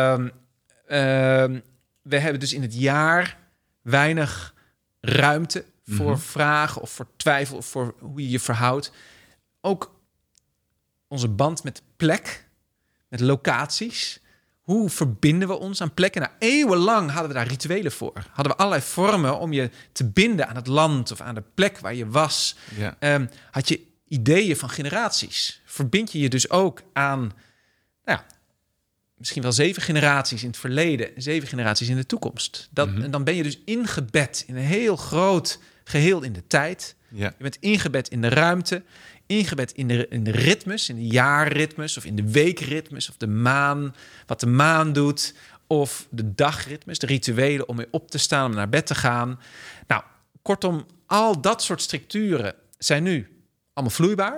We hebben dus in het jaar weinig ruimte voor vragen of voor twijfel of voor hoe je je verhoudt. Ook onze band met plek, met locaties. Hoe verbinden we ons aan plekken? Nou, eeuwenlang hadden we daar rituelen voor. Hadden we allerlei vormen om je te binden aan het land of aan de plek waar je was. Ja. Had je ideeën van generaties. Verbind je je dus ook aan misschien wel 7 generaties in het verleden, 7 generaties in de toekomst. En dan ben je dus ingebed in een heel groot geheel in de tijd. Ja. Je bent ingebed in de ruimte, ingebed in de ritmes, in de jaarritmes of in de weekritmes of de maan, wat de maan doet, of de dagritmes, de rituelen om weer op te staan, om naar bed te gaan. Nou, kortom, al dat soort structuren zijn nu allemaal vloeibaar.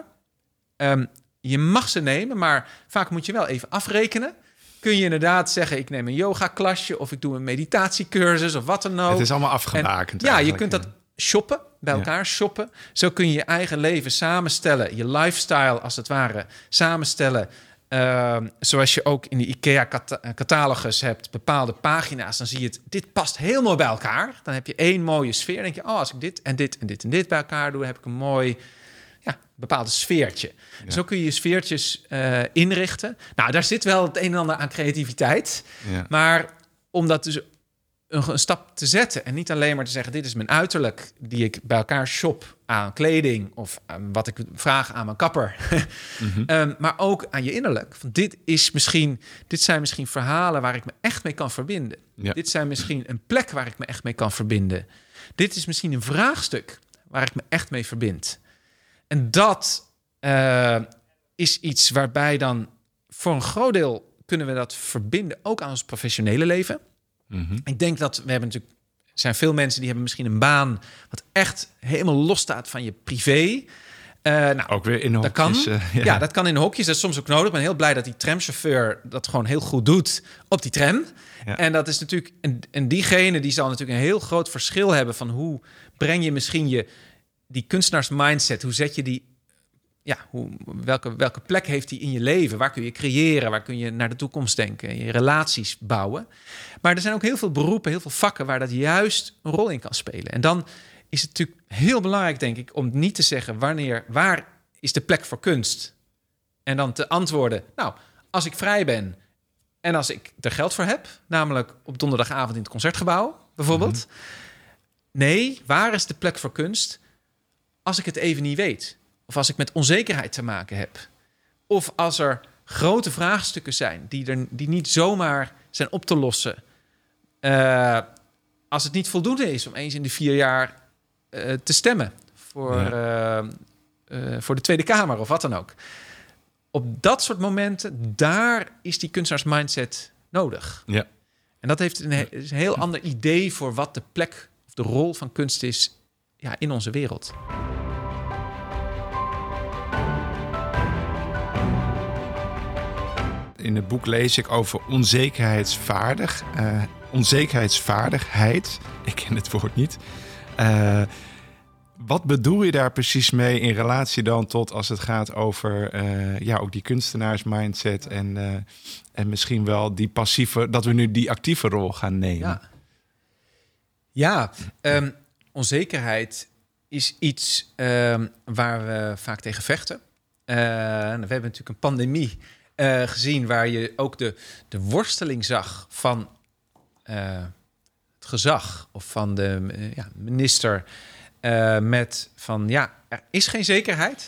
Je mag ze nemen, maar vaak moet je wel even afrekenen. Kun je inderdaad zeggen, ik neem een yoga-klasje of ik doe een meditatiecursus of wat dan ook. Het is allemaal afgebakend. Ja, je kunt dat shoppen, bij elkaar shoppen. Zo kun je je eigen leven samenstellen, je lifestyle als het ware samenstellen. Zoals je ook in de IKEA-catalogus hebt, bepaalde pagina's, dan zie je dit past heel mooi bij elkaar. Dan heb je één mooie sfeer. Dan denk je, als ik dit en dit en dit en dit bij elkaar doe, heb ik een mooi bepaalde sfeertje. Ja. Zo kun je je sfeertjes inrichten. Nou, daar zit wel het een en ander aan creativiteit. Ja. Maar om dat dus een stap te zetten en niet alleen maar te zeggen, dit is mijn uiterlijk die ik bij elkaar shop aan kleding of aan wat ik vraag aan mijn kapper. Maar ook aan je innerlijk. Want dit zijn misschien verhalen waar ik me echt mee kan verbinden. Ja. Dit zijn misschien een plek waar ik me echt mee kan verbinden. Dit is misschien een vraagstuk waar ik me echt mee verbind. En dat is iets waarbij dan voor een groot deel kunnen we dat verbinden ook aan ons professionele leven. Ik denk dat we hebben natuurlijk, er zijn veel mensen die hebben misschien een baan wat echt helemaal los staat van je privé. Ook weer in hokjes. Dat kan. Ja, dat kan in hokjes. Dat is soms ook nodig. Ik ben heel blij dat die tramchauffeur dat gewoon heel goed doet op die tram. Ja. En dat is natuurlijk, en diegene die zal natuurlijk een heel groot verschil hebben van hoe breng je misschien die kunstenaars mindset, hoe zet je die, welke plek heeft die in je leven? Waar kun je creëren? Waar kun je naar de toekomst denken? Je relaties bouwen. Maar er zijn ook heel veel beroepen, heel veel vakken waar dat juist een rol in kan spelen. En dan is het natuurlijk heel belangrijk, denk ik, om niet te zeggen waar is de plek voor kunst? En dan te antwoorden, nou, als ik vrij ben en als ik er geld voor heb, namelijk op donderdagavond in het Concertgebouw, bijvoorbeeld. Nee, waar is de plek voor kunst? Als ik het even niet weet. Of als ik met onzekerheid te maken heb. Of als er grote vraagstukken zijn die niet zomaar zijn op te lossen. Als het niet voldoende is om eens in de 4 jaar te stemmen voor de Tweede Kamer of wat dan ook. Op dat soort momenten, daar is die kunstenaarsmindset nodig. Ja. En dat heeft een heel ander idee voor wat de plek of de rol van kunst is in onze wereld. In het boek lees ik over onzekerheidsvaardigheid. Ik ken het woord niet. Wat bedoel je daar precies mee in relatie dan tot als het gaat over ook die kunstenaarsmindset en misschien wel die passieve, dat we nu die actieve rol gaan nemen? Onzekerheid is iets waar we vaak tegen vechten. We hebben natuurlijk een pandemie gezien waar je ook de worsteling zag van het gezag of van de minister met van er is geen zekerheid.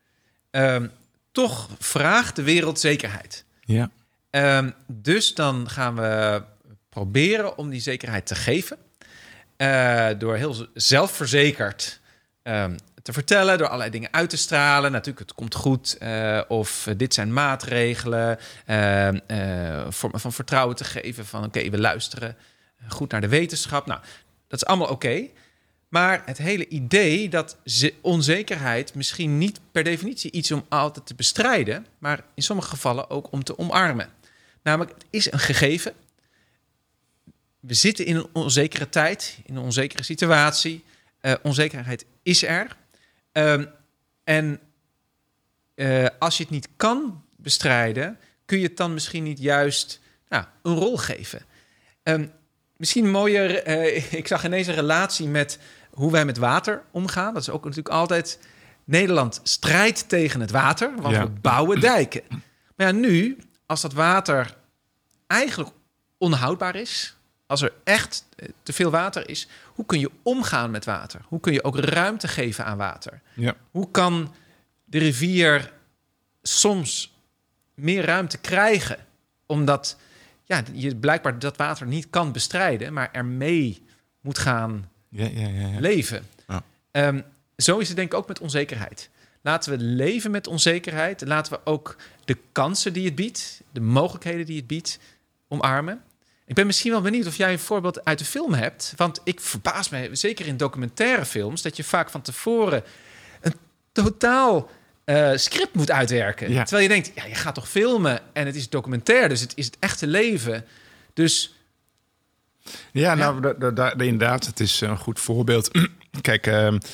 Toch vraagt de wereld zekerheid. Ja. Dus dan gaan we proberen om die zekerheid te geven. Door heel zelfverzekerd te vertellen, door allerlei dingen uit te stralen. Natuurlijk, het komt goed. Of dit zijn maatregelen. Vormen van vertrouwen te geven. Van oké, we luisteren goed naar de wetenschap. Nou, dat is allemaal oké. Maar het hele idee dat onzekerheid misschien niet per definitie iets om altijd te bestrijden, maar in sommige gevallen ook om te omarmen. Namelijk, het is een gegeven. We zitten in een onzekere tijd, in een onzekere situatie. Onzekerheid is er. Als je het niet kan bestrijden, kun je het dan misschien niet juist een rol geven. Misschien mooier, ik zag ineens een relatie met hoe wij met water omgaan. Dat is ook natuurlijk altijd... Nederland strijdt tegen het water, want we bouwen dijken. Maar nu, als dat water eigenlijk onhoudbaar is, als er echt te veel water is, hoe kun je omgaan met water? Hoe kun je ook ruimte geven aan water? Ja. Hoe kan de rivier soms meer ruimte krijgen, omdat je blijkbaar dat water niet kan bestrijden, maar ermee moet gaan leven. Ja. Zo is het denk ik ook met onzekerheid. Laten we leven met onzekerheid. Laten we ook de kansen die het biedt, de mogelijkheden die het biedt, omarmen. Ik ben misschien wel benieuwd of jij een voorbeeld uit de film hebt. Want ik verbaas me, zeker in documentaire films, dat je vaak van tevoren een totaal script moet uitwerken. Ja. Terwijl je denkt, je gaat toch filmen en het is documentair, dus het is het echte leven. Dus... Ja, nou, inderdaad, het is een goed voorbeeld. Kijk,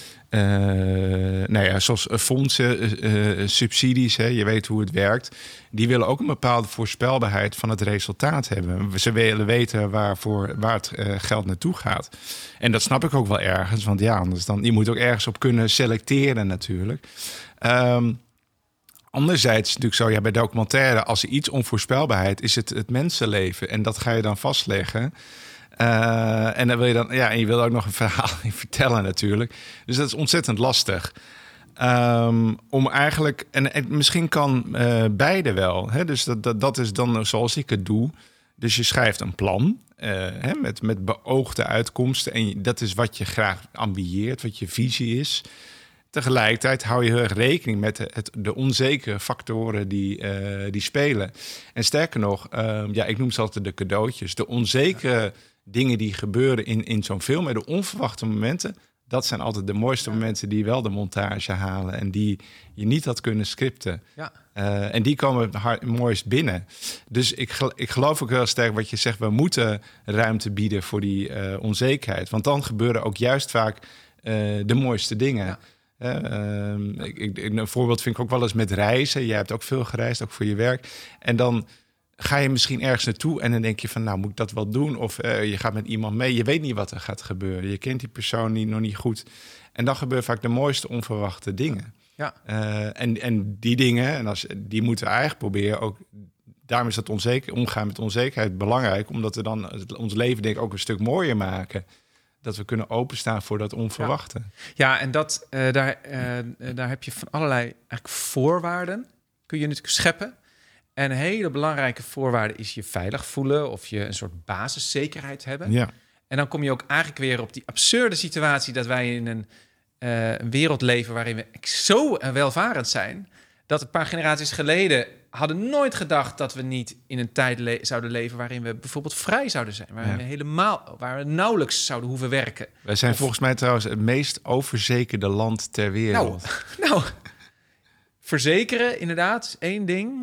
zoals fondsen, subsidies, je weet hoe het werkt. Die willen ook een bepaalde voorspelbaarheid van het resultaat hebben. Ze willen weten waar het geld naartoe gaat. En dat snap ik ook wel ergens, want anders dan je moet ook ergens op kunnen selecteren natuurlijk. Anderzijds is het natuurlijk zo, bij documentaire, als er iets onvoorspelbaarheid is het mensenleven. En dat ga je dan vastleggen. En dan wil je en je wil ook nog een verhaal in vertellen natuurlijk. Dus dat is ontzettend lastig. Om eigenlijk, en misschien kan beide wel. Dus dat is dan zoals ik het doe. Dus je schrijft een plan met beoogde uitkomsten. En dat is wat je graag ambieert, wat je visie is. Tegelijkertijd hou je heel erg rekening met de onzekere factoren die spelen. En sterker nog, ik noem ze altijd de cadeautjes. De onzekere dingen die gebeuren in zo'n film. En de onverwachte momenten, dat zijn altijd de mooiste momenten die wel de montage halen. En die je niet had kunnen scripten. Ja. En die komen het mooist binnen. Dus ik geloof ook heel sterk wat je zegt. We moeten ruimte bieden voor die onzekerheid. Want dan gebeuren ook juist vaak de mooiste dingen. Ja. Een voorbeeld vind ik ook wel eens met reizen. Jij hebt ook veel gereisd, ook voor je werk. En dan ga je misschien ergens naartoe en dan denk je van, moet ik dat wel doen? Of je gaat met iemand mee. Je weet niet wat er gaat gebeuren. Je kent die persoon nog niet goed. En dan gebeuren vaak de mooiste onverwachte dingen. Ja. En die dingen, die moeten we eigenlijk proberen ook. Daarom is dat omgaan met onzekerheid belangrijk, omdat we dan ons leven denk ik ook een stuk mooier maken. Dat we kunnen openstaan voor dat onverwachte. Ja, en daar heb je van allerlei eigenlijk voorwaarden kun je natuurlijk scheppen. En een hele belangrijke voorwaarde is je veilig voelen of je een soort basiszekerheid hebben. Ja. En dan kom je ook eigenlijk weer op die absurde situatie dat wij in een wereld leven waarin we zo welvarend zijn, dat een paar generaties geleden hadden nooit gedacht dat we niet in een tijd zouden leven waarin we bijvoorbeeld vrij zouden zijn, waar we nauwelijks zouden hoeven werken. Wij zijn volgens mij trouwens het meest overzekerde land ter wereld. Nou, verzekeren inderdaad is één ding.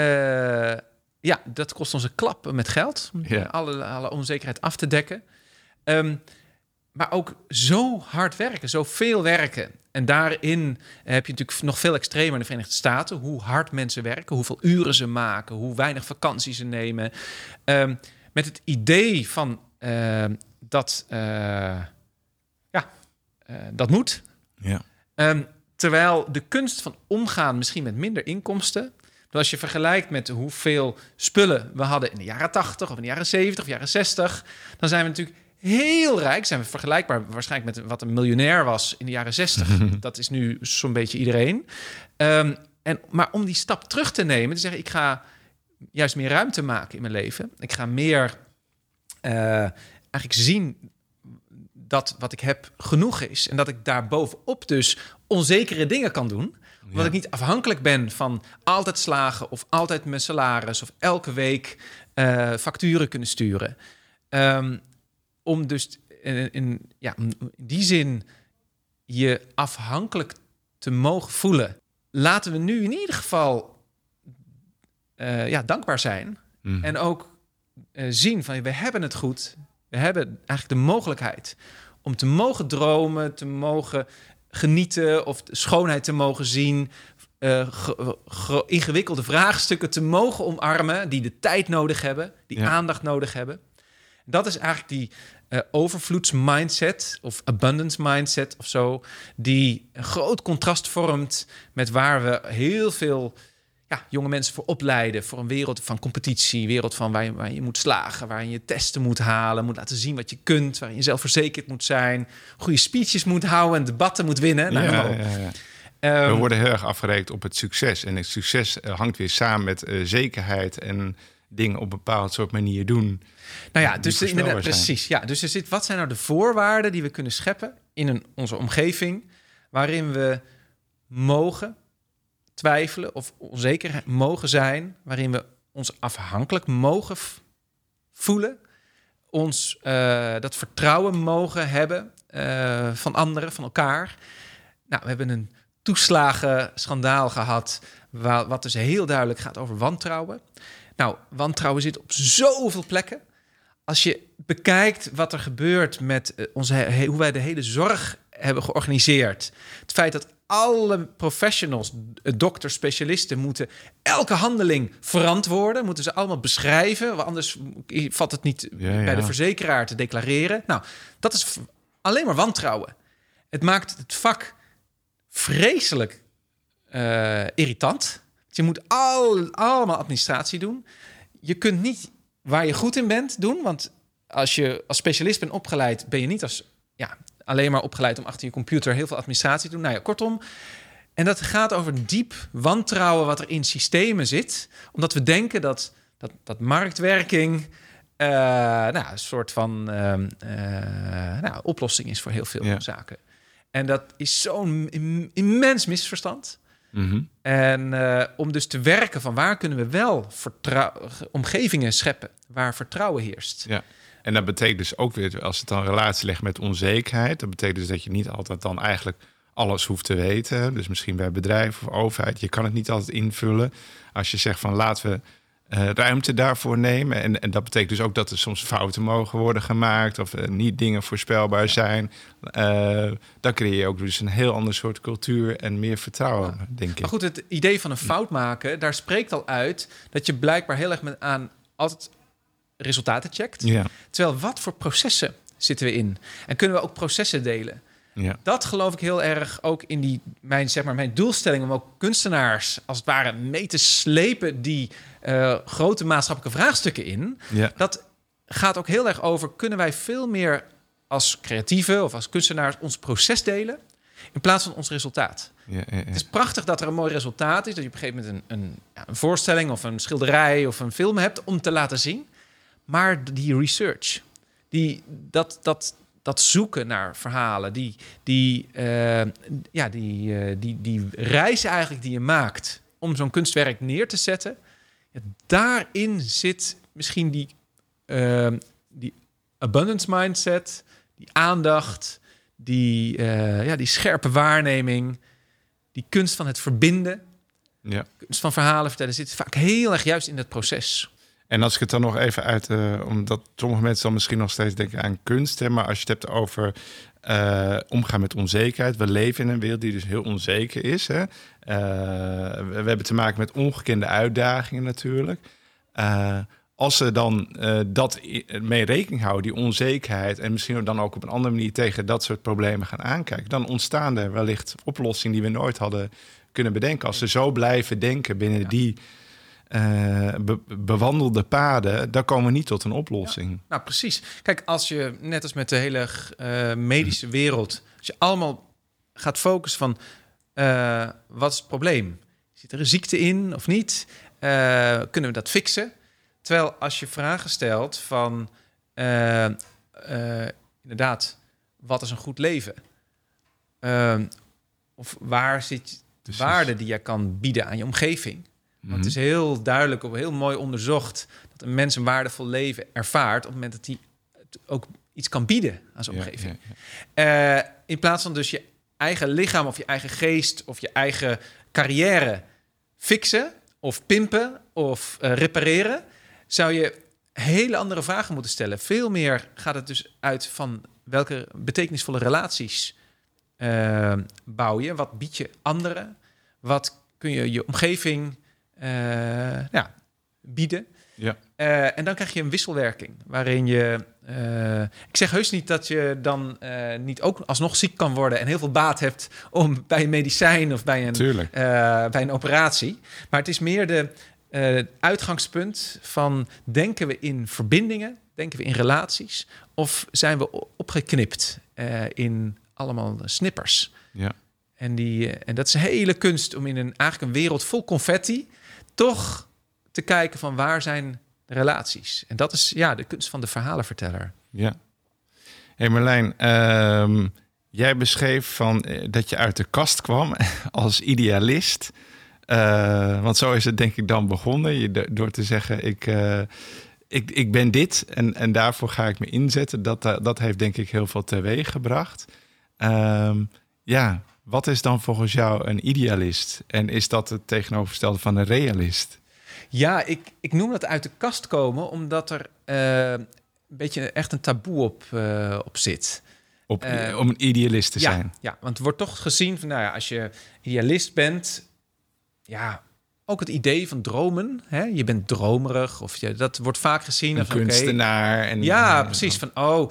Dat kost ons een klap met geld. Ja. Alle onzekerheid af te dekken. Maar ook zo hard werken, zoveel werken. En daarin heb je natuurlijk nog veel extremer in de Verenigde Staten. Hoe hard mensen werken, hoeveel uren ze maken, hoe weinig vakantie ze nemen. Met het idee van dat moet. Ja. Terwijl de kunst van omgaan misschien met minder inkomsten, als je vergelijkt met hoeveel spullen we hadden in de jaren 80 of in de jaren 70 of jaren 60, dan zijn we natuurlijk heel rijk. Zijn we vergelijkbaar waarschijnlijk met wat een miljonair was in de jaren 60. Dat is nu zo'n beetje iedereen. Maar om die stap terug te nemen, te zeggen, ik ga juist meer ruimte maken in mijn leven. Ik ga meer eigenlijk zien dat wat ik heb genoeg is. En dat ik daar bovenop dus onzekere dingen kan doen. Omdat ik niet afhankelijk ben van altijd slagen of altijd mijn salaris of elke week facturen kunnen sturen. Om dus in die zin je afhankelijk te mogen voelen. Laten we nu in ieder geval dankbaar zijn. En ook zien van we hebben het goed. We hebben eigenlijk de mogelijkheid om te mogen dromen, te mogen genieten of de schoonheid te mogen zien, ingewikkelde vraagstukken te mogen omarmen die de tijd nodig hebben, die aandacht nodig hebben. Dat is eigenlijk die overvloedsmindset of abundance mindset of zo, die een groot contrast vormt met waar we heel veel jonge mensen voor opleiden, voor een wereld van competitie, een wereld van waar je moet slagen, waarin je testen moet halen, moet laten zien wat je kunt, waarin je zelfverzekerd moet zijn, goede speeches moet houden en debatten moet winnen. We worden heel erg afgerekend op het succes. En het succes hangt weer samen met zekerheid en dingen op een bepaald soort manier doen. Nou ja, dus inderdaad, precies. Ja, dus wat zijn nou de voorwaarden die we kunnen scheppen in onze omgeving, waarin we mogen twijfelen of onzeker mogen zijn, waarin we ons afhankelijk mogen voelen, ons dat vertrouwen mogen hebben van anderen, van elkaar. Nou, we hebben een toeslagenschandaal gehad, wat dus heel duidelijk gaat over wantrouwen. Nou, wantrouwen zit op zoveel plekken. Als je bekijkt wat er gebeurt met hoe wij de hele zorg hebben georganiseerd, het feit dat alle professionals, dokters, specialisten, moeten elke handeling verantwoorden. Moeten ze allemaal beschrijven. Want anders valt het niet bij de verzekeraar te declareren. Nou, dat is alleen maar wantrouwen. Het maakt het vak vreselijk irritant. Je moet allemaal administratie doen. Je kunt niet waar je goed in bent doen. Want als je als specialist bent opgeleid, ben je niet alleen maar opgeleid om achter je computer heel veel administratie te doen. Nou ja, kortom. En dat gaat over een diep wantrouwen wat er in systemen zit. Omdat we denken dat marktwerking een soort van oplossing is voor heel veel zaken. En dat is zo'n immens misverstand. Mm-hmm. En om dus te werken van waar kunnen we wel omgevingen scheppen waar vertrouwen heerst. Ja. En dat betekent dus ook weer, als het dan relatie legt met onzekerheid, dat betekent dus dat je niet altijd dan eigenlijk alles hoeft te weten. Dus misschien bij bedrijven of overheid, je kan het niet altijd invullen. Als je zegt van laten we ruimte daarvoor nemen. En dat betekent dus ook dat er soms fouten mogen worden gemaakt of niet dingen voorspelbaar zijn. Dan creëer je ook dus een heel ander soort cultuur en meer vertrouwen, denk ik. Maar goed, het idee van een fout maken, daar spreekt al uit dat je blijkbaar heel erg aan altijd resultaten checkt. Ja. Terwijl wat voor processen zitten we in? En kunnen we ook processen delen? Ja. Dat geloof ik heel erg ook in mijn doelstelling om ook kunstenaars als het ware mee te slepen die grote maatschappelijke vraagstukken in. Ja. Dat gaat ook heel erg over, kunnen wij veel meer als creatieven of als kunstenaars ons proces delen in plaats van ons resultaat? Het is prachtig dat er een mooi resultaat is. Dat je op een gegeven moment een voorstelling of een schilderij of een film hebt om te laten zien. Maar die research, dat zoeken naar verhalen, die reis eigenlijk die je maakt om zo'n kunstwerk neer te zetten. Ja, daarin zit misschien die abundance mindset, die aandacht, die scherpe waarneming, die kunst van het verbinden, kunst van verhalen vertellen, zit vaak heel erg juist in dat proces. En als ik het dan nog even uit, omdat sommige mensen dan misschien nog steeds denken aan kunst, hè, maar als je het hebt over omgaan met onzekerheid. We leven in een wereld die dus heel onzeker is. Hè. We hebben te maken met ongekende uitdagingen natuurlijk. Als ze dan dat mee rekening houden, die onzekerheid, en misschien dan ook op een andere manier tegen dat soort problemen gaan aankijken, dan ontstaan er wellicht oplossingen die we nooit hadden kunnen bedenken. Als ze zo blijven denken binnen die bewandelde paden, dan komen we niet tot een oplossing. Ja. Nou, precies. Kijk, als je, net als met de hele medische wereld, als je allemaal gaat focussen van wat is het probleem? Zit er een ziekte in of niet? Kunnen we dat fixen? Terwijl als je vragen stelt van inderdaad, wat is een goed leven? Of waar zit waarde die je kan bieden aan je omgeving? Want het is heel duidelijk, heel mooi onderzocht, dat een mens een waardevol leven ervaart op het moment dat hij ook iets kan bieden aan zijn omgeving. In plaats van dus je eigen lichaam of je eigen geest of je eigen carrière fixen of pimpen of repareren, zou je hele andere vragen moeten stellen. Veel meer gaat het dus uit van welke betekenisvolle relaties bouw je? Wat bied je anderen? Wat kun je je omgeving bieden? Ja. En dan krijg je een wisselwerking waarin je... ik zeg heus niet dat je dan niet ook alsnog ziek kan worden en heel veel baat hebt om bij een medicijn of bij een operatie. Maar het is meer de uitgangspunt van denken we in verbindingen, denken we in relaties of zijn we opgeknipt in allemaal snippers. Ja. En dat is een hele kunst om in eigenlijk een wereld vol confetti toch te kijken van waar zijn de relaties. En dat is de kunst van de verhalenverteller. Ja. Hey Marlijn, jij beschreef dat je uit de kast kwam als idealist. Want zo is het denk ik dan begonnen. Door te zeggen, ik ben dit en daarvoor ga ik me inzetten. Dat heeft denk ik heel veel teweeg gebracht. Wat is dan volgens jou een idealist? En is dat het tegenovergestelde van een realist? Ja, ik noem dat uit de kast komen, omdat er een beetje echt een taboe op zit. Om een idealist te zijn? Ja, want er wordt toch gezien van, als je idealist bent, ook het idee van dromen. Hè? Je bent dromerig, of dat wordt vaak gezien. Een kunstenaar. Precies. Van,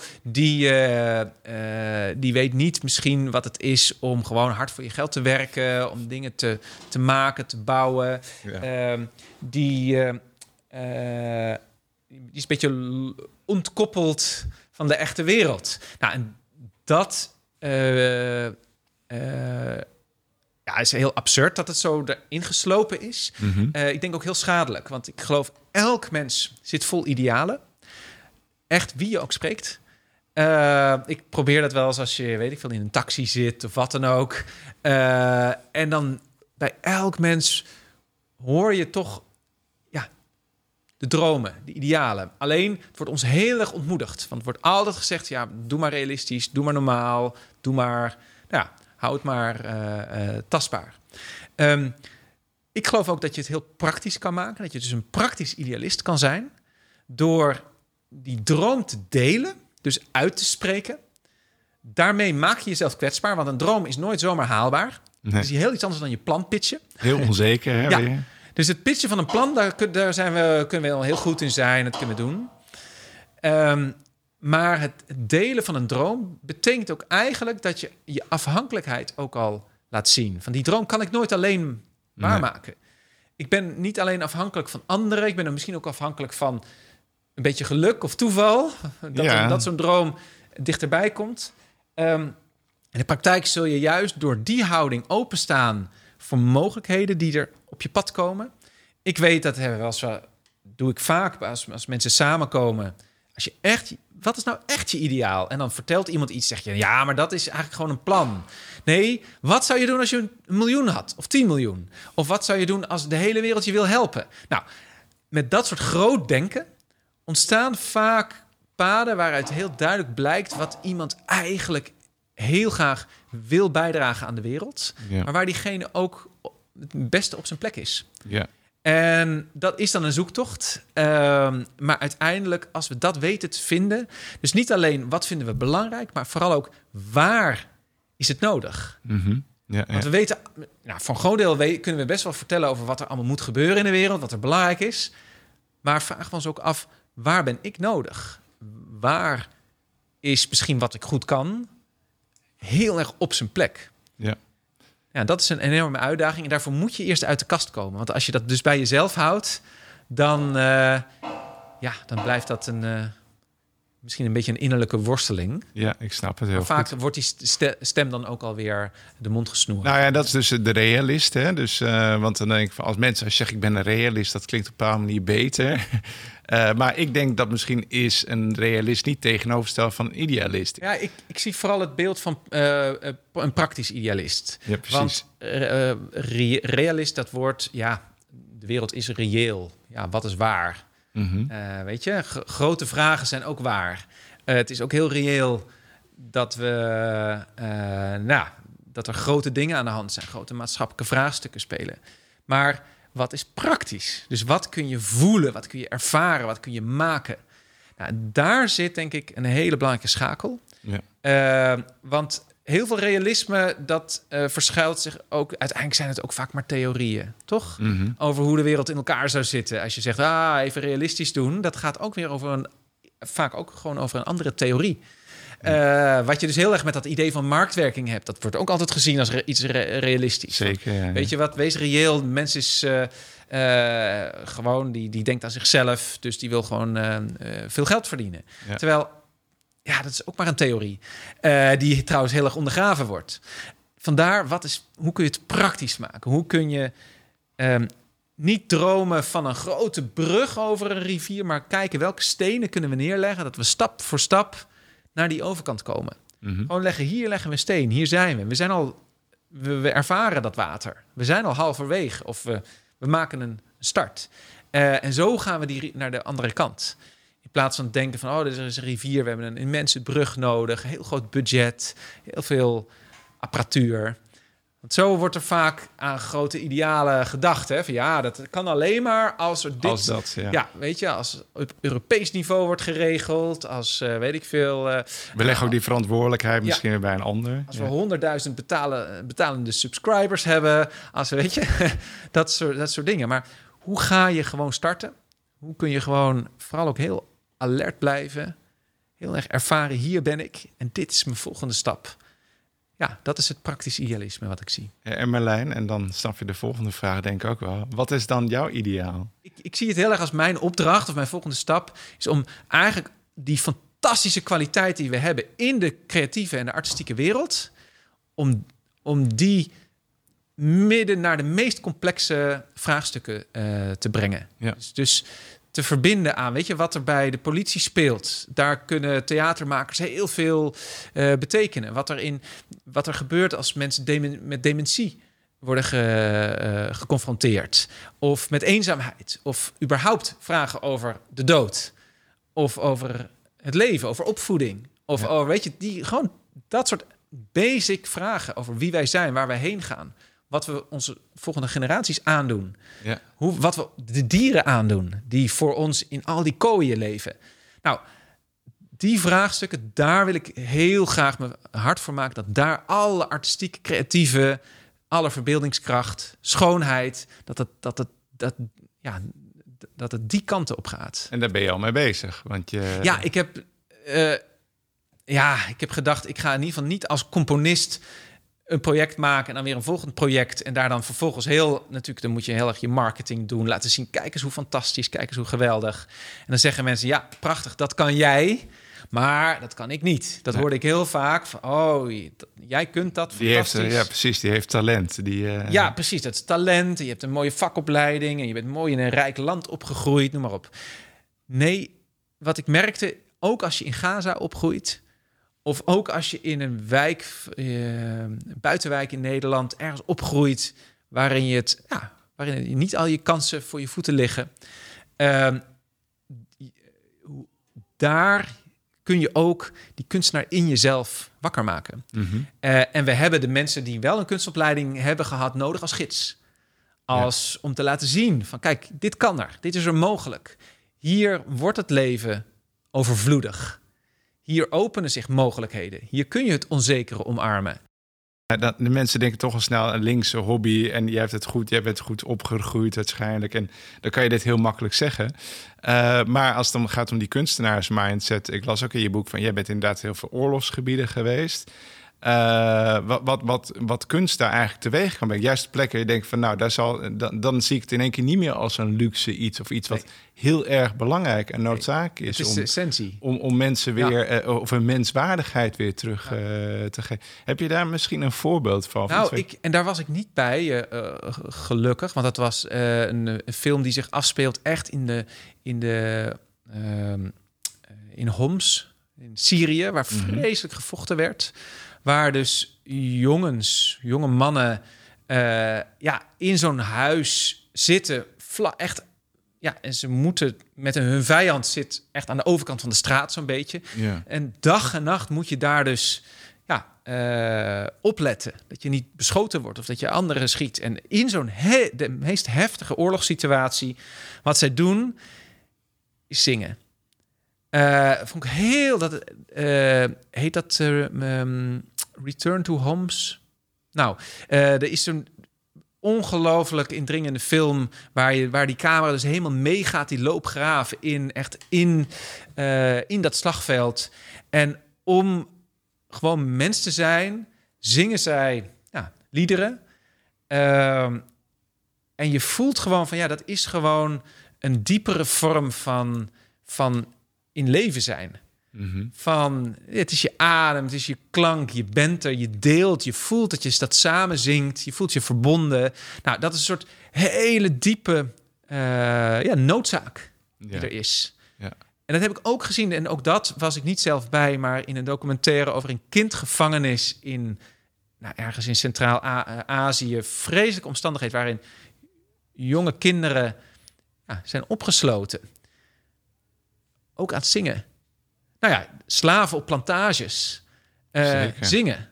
die weet niet misschien wat het is om gewoon hard voor je geld te werken, om dingen te maken, te bouwen. Ja. Die is een beetje ontkoppeld van de echte wereld. Nou, en dat is heel absurd dat het zo erin geslopen is. Mm-hmm. Ik denk ook heel schadelijk, want ik geloof elk mens zit vol idealen. Echt wie je ook spreekt. Ik probeer dat wel eens als je, weet ik veel, in een taxi zit of wat dan ook. En dan bij elk mens hoor je toch de dromen, de idealen. Alleen, het wordt ons heel erg ontmoedigd. Want het wordt altijd gezegd, doe maar realistisch, doe maar normaal, doe maar, hou het maar tastbaar. Ik geloof ook dat je het heel praktisch kan maken. Dat je dus een praktisch idealist kan zijn door die droom te delen, dus uit te spreken. Daarmee maak je jezelf kwetsbaar, want een droom is nooit zomaar haalbaar. Nee. Het is heel iets anders dan je plan pitchen. Heel onzeker, hè? Ja. Dus het pitchen van een plan, daar kunnen we al heel goed in zijn. Dat kunnen we doen. Maar het delen van een droom betekent ook eigenlijk dat je je afhankelijkheid ook al laat zien. Van die droom kan ik nooit alleen waarmaken. Nee. Ik ben niet alleen afhankelijk van anderen. Ik ben misschien ook afhankelijk van een beetje geluk of toeval. Dat zo'n droom dichterbij komt. In de praktijk zul je juist door die houding openstaan voor mogelijkheden die er op je pad komen. Ik weet dat doe ik vaak als mensen samenkomen. Als je echt, wat is nou echt je ideaal? En dan vertelt iemand iets, zeg je, ja, maar dat is eigenlijk gewoon een plan. Nee, wat zou je doen als je 1 miljoen had? Of 10 miljoen? Of wat zou je doen als de hele wereld je wil helpen? Nou, met dat soort groot denken ontstaan vaak paden waaruit heel duidelijk blijkt wat iemand eigenlijk heel graag wil bijdragen aan de wereld. Ja. Maar waar diegene ook het beste op zijn plek is. Ja. En dat is dan een zoektocht. Maar uiteindelijk, als we dat weten te vinden... dus niet alleen wat vinden we belangrijk... maar vooral ook waar is het nodig. Mm-hmm. Ja, Want we weten... voor een groot deel kunnen we best wel vertellen... over wat er allemaal moet gebeuren in de wereld... wat er belangrijk is. Maar vragen we ons ook af... waar ben ik nodig? Waar is misschien wat ik goed kan... heel erg op zijn plek? Ja. Ja, dat is een enorme uitdaging. En daarvoor moet je eerst uit de kast komen. Want als je dat dus bij jezelf houdt... dan blijft dat misschien een beetje een innerlijke worsteling. Ja, ik snap het heel goed. Vaak wordt die stem dan ook alweer de mond gesnoerd. Nou ja, dat is dus de realist. Hè? Dus, want dan denk ik van als je zegt ik ben een realist... dat klinkt op een bepaalde manier beter... maar ik denk dat misschien is een realist niet tegenovergesteld van een idealist. Ja, ik zie vooral het beeld van een praktisch idealist. Ja, precies. Want realist, dat woord, de wereld is reëel. Ja, wat is waar? Mm-hmm. Weet je, grote vragen zijn ook waar. Het is ook heel reëel dat dat er grote dingen aan de hand zijn. Grote maatschappelijke vraagstukken spelen. Maar... wat is praktisch? Dus wat kun je voelen? Wat kun je ervaren? Wat kun je maken? Nou, daar zit denk ik een hele belangrijke schakel. Ja. Want heel veel realisme, dat verschuilt zich ook... uiteindelijk zijn het ook vaak maar theorieën, toch? Mm-hmm. Over hoe de wereld in elkaar zou zitten. Als je zegt, even realistisch doen... dat gaat ook weer vaak ook gewoon over een andere theorie. Wat je dus heel erg met dat idee van marktwerking hebt... dat wordt ook altijd gezien als iets realistisch. Zeker, ja. Weet je wat, wees reëel. De mens is gewoon, die denkt aan zichzelf... dus die wil gewoon veel geld verdienen. Ja. Terwijl, dat is ook maar een theorie... die trouwens heel erg ondergraven wordt. Vandaar, hoe kun je het praktisch maken? Hoe kun je niet dromen van een grote brug over een rivier... maar kijken welke stenen kunnen we neerleggen... dat we stap voor stap... naar die overkant komen. Mm-hmm. Gewoon hier leggen we een steen. Hier zijn we. We ervaren dat water. We zijn al halverwege. Of we maken een start. En zo gaan we naar de andere kant. In plaats van denken van... er is een rivier. We hebben een immense brug nodig. Een heel groot budget. Heel veel apparatuur. Want zo wordt er vaak aan grote idealen gedacht. Hè? Van dat kan alleen maar als er dit... Als dat, weet je, als op Europees niveau wordt geregeld. Als, weet ik veel... we leggen ook die verantwoordelijkheid misschien weer bij een ander. Als we 100.000 betalende subscribers hebben. Als we, weet je, dat soort dingen. Maar hoe ga je gewoon starten? Hoe kun je gewoon vooral ook heel alert blijven? Heel erg ervaren, hier ben ik. En dit is mijn volgende stap. Ja, dat is het praktisch idealisme wat ik zie. En Merlijn, en dan snap je de volgende vraag denk ik ook wel. Wat is dan jouw ideaal? Ik zie het heel erg als mijn opdracht of mijn volgende stap... is om eigenlijk die fantastische kwaliteit die we hebben... in de creatieve en de artistieke wereld... om die midden naar de meest complexe vraagstukken te brengen. Ja. Dus te verbinden aan, weet je, wat er bij de politie speelt. Daar kunnen theatermakers heel veel betekenen. Wat er gebeurt als mensen met dementie worden geconfronteerd. Of met eenzaamheid. Of überhaupt vragen over de dood. Of over het leven, over opvoeding. Of over, weet je, gewoon dat soort basic vragen over wie wij zijn, waar wij heen gaan. Wat we onze volgende generaties aandoen. Ja. Wat we de dieren aandoen, die voor ons in al die kooien leven. Nou, die vraagstukken, daar wil ik heel graag mijn hart voor maken... dat daar alle artistieke, creatieve, alle verbeeldingskracht, schoonheid... dat het die kanten op gaat. En daar ben je al mee bezig. Want Ja, ik heb gedacht, ik ga in ieder geval niet als componist... een project maken en dan weer een volgend project... en daar dan vervolgens dan moet je heel erg je marketing doen... laten zien, kijk eens hoe fantastisch, kijk eens hoe geweldig. En dan zeggen mensen, ja, prachtig, dat kan jij... Maar dat kan ik niet. Dat hoorde ik heel vaak. Van, jij kunt dat fantastisch. Precies. Die heeft talent. Ja, precies. Dat is talent. Je hebt een mooie vakopleiding. En je bent mooi in een rijk land opgegroeid. Noem maar op. Nee, wat ik merkte, ook als je in Gaza opgroeit, of ook als je in een wijk, buitenwijk in Nederland, ergens opgroeit, waarin je niet al je kansen voor je voeten liggen, daar kun je ook die kunstenaar in jezelf wakker maken. Mm-hmm. En we hebben de mensen die wel een kunstopleiding hebben gehad nodig als gids. Om te laten zien van, kijk, dit kan er. Dit is er mogelijk. Hier wordt het leven overvloedig. Hier openen zich mogelijkheden. Hier kun je het onzekere omarmen. De mensen denken toch al snel een linkse hobby en jij bent goed opgegroeid waarschijnlijk. En dan kan je dit heel makkelijk zeggen. Maar als het dan gaat om die kunstenaarsmindset, ik las ook in je boek van, jij bent inderdaad heel veel oorlogsgebieden geweest. Wat kunst daar eigenlijk teweeg kan brengen. Juist plekken je denkt van, nou, dan zie ik het in één keer niet meer als een luxe iets of iets wat heel erg belangrijk en noodzakelijk is. Het is de essentie. Om mensen weer, of een menswaardigheid weer terug te geven. Heb je daar misschien een voorbeeld van? En daar was ik niet bij, gelukkig. Want dat was een film die zich afspeelt echt in Homs, in Syrië, waar vreselijk gevochten werd. Waar dus jonge mannen in zo'n huis zitten. En ze moeten met hun vijand zit echt aan de overkant van de straat zo'n beetje. Ja. En dag en nacht moet je daar dus opletten. Dat je niet beschoten wordt of dat je anderen schiet. En in zo'n de meest heftige oorlogssituatie, wat zij doen, is zingen. Vond ik heel... heet dat Return to Homs? Nou, er is zo'n ongelooflijk indringende film waar die camera dus helemaal meegaat, die loopgraven in dat slagveld. En om gewoon mens te zijn, zingen zij liederen. En je voelt gewoon van, dat is gewoon een diepere vorm van in leven zijn. Mm-hmm. Van, het is je adem, het is je klank, je bent er, je deelt, je voelt dat je dat samen zingt, je voelt je verbonden. Nou, dat is een soort hele diepe noodzaak die er is. Ja. En dat heb ik ook gezien, en ook dat was ik niet zelf bij, maar in een documentaire over een kindgevangenis ergens in Centraal-Azië, vreselijke omstandigheden waarin jonge kinderen zijn opgesloten. Ook aan het zingen. Slaven op plantages. Zingen.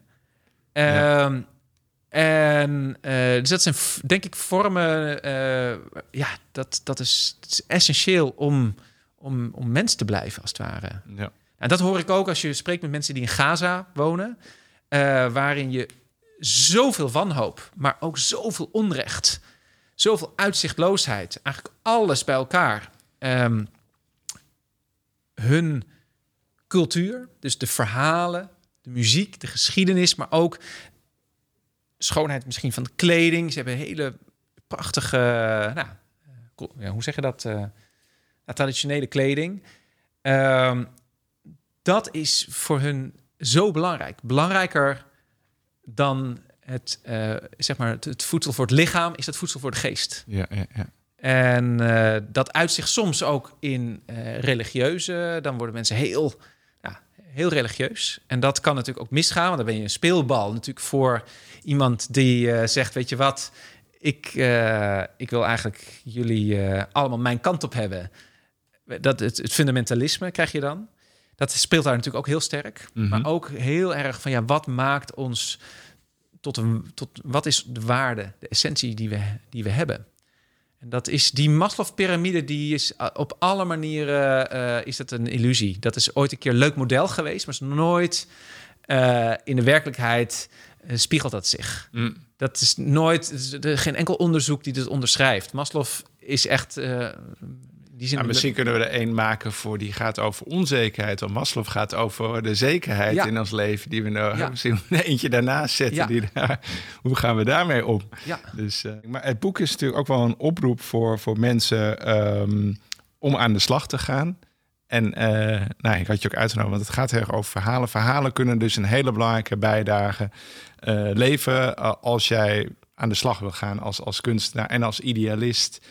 Dus dat zijn, denk ik, vormen... dat is essentieel om mens te blijven, als het ware. Ja. En dat hoor ik ook als je spreekt met mensen die in Gaza wonen. Waarin je zoveel wanhoop, maar ook zoveel onrecht. Zoveel uitzichtloosheid. Eigenlijk alles bij elkaar. Hun cultuur, dus de verhalen, de muziek, de geschiedenis, maar ook schoonheid misschien van de kleding. Ze hebben hele prachtige, hoe zeg je dat? Traditionele kleding. Dat is voor hun zo belangrijk. Belangrijker dan het voedsel voor het lichaam, is het voedsel voor de geest. Ja. En dat uit zich soms ook in religieuze. Dan worden mensen heel religieus. En dat kan natuurlijk ook misgaan. Want dan ben je een speelbal natuurlijk voor iemand die zegt, weet je wat, ik wil eigenlijk jullie allemaal mijn kant op hebben. Het fundamentalisme krijg je dan. Dat speelt daar natuurlijk ook heel sterk. Mm-hmm. Maar ook heel erg van, wat maakt ons tot wat is de waarde, de essentie die we hebben. En dat is die Maslow-pyramide, die is op alle manieren is dat een illusie. Dat is ooit een keer een leuk model geweest, maar is nooit in de werkelijkheid spiegelt dat zich. Mm. Dat is nooit, geen enkel onderzoek die dit onderschrijft. Maslow is echt... misschien kunnen we er één maken voor die gaat over onzekerheid. Want Maslow gaat over de zekerheid in ons leven die we nou misschien eentje daarnaast zetten. Ja. Hoe gaan we daarmee om? Ja. Dus, maar het boek is natuurlijk ook wel een oproep voor mensen om aan de slag te gaan. En ik had je ook uitgenodigd, want het gaat heel erg over verhalen. Verhalen kunnen dus een hele belangrijke bijdrage leveren als jij aan de slag wil gaan als kunstenaar en als idealist.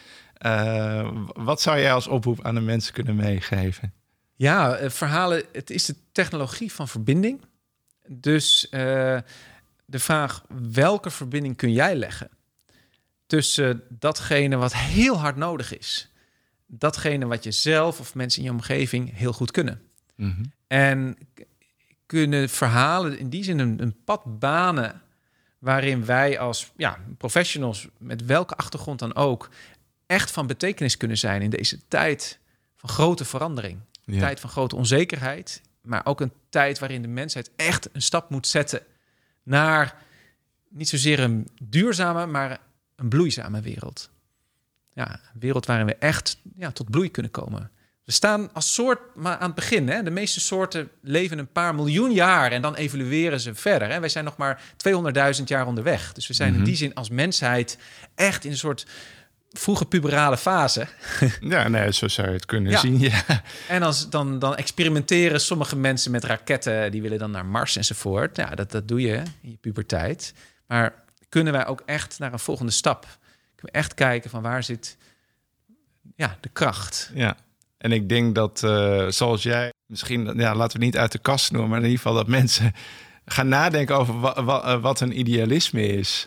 Wat zou jij als oproep aan de mensen kunnen meegeven? Ja, verhalen, het is de technologie van verbinding. Dus de vraag, welke verbinding kun jij leggen tussen datgene wat heel hard nodig is, datgene wat je zelf of mensen in je omgeving heel goed kunnen. Mm-hmm. En kunnen verhalen in die zin een pad banen waarin wij als professionals, met welke achtergrond dan ook, echt van betekenis kunnen zijn in deze tijd van grote verandering. Een tijd van grote onzekerheid, maar ook een tijd waarin de mensheid echt een stap moet zetten naar niet zozeer een duurzame, maar een bloeizame wereld. Ja, een wereld waarin we echt tot bloei kunnen komen. We staan als soort maar aan het begin. Hè? De meeste soorten leven een paar miljoen jaar en dan evolueren ze verder. Hè? Wij zijn nog maar 200.000 jaar onderweg. Dus we zijn in die zin als mensheid echt in een soort vroege puberale fase. Ja, nee, zo zou je het kunnen zien. Ja. En dan experimenteren sommige mensen met raketten, die willen dan naar Mars enzovoort. Ja, dat doe je in je puberteit. Maar kunnen wij ook echt naar een volgende stap? Kunnen we echt kijken van waar zit de kracht? Ja, en ik denk dat zoals jij, misschien, laten we niet uit de kast noemen, maar in ieder geval dat mensen gaan nadenken over wat een idealisme is.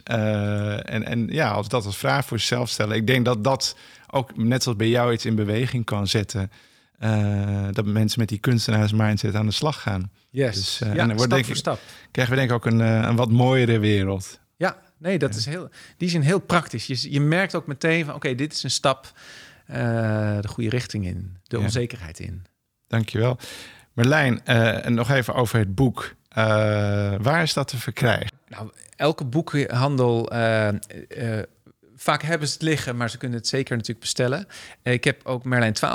Als dat als vraag voor zichzelf stellen. Ik denk dat dat ook net als bij jou iets in beweging kan zetten. Dat mensen met die kunstenaarsmindset aan de slag gaan. Yes, dus, stap voor stap. Krijgen we denk ik ook een wat mooiere wereld. Ja, nee, dat is die zin heel praktisch. Je merkt ook meteen van oké, dit is een stap de goede richting in. De onzekerheid in. Dankjewel. Merlijn, nog even over het boek. Waar is dat te verkrijgen? Nou, elke boekhandel, vaak hebben ze het liggen, maar ze kunnen het zeker natuurlijk bestellen. Ik heb ook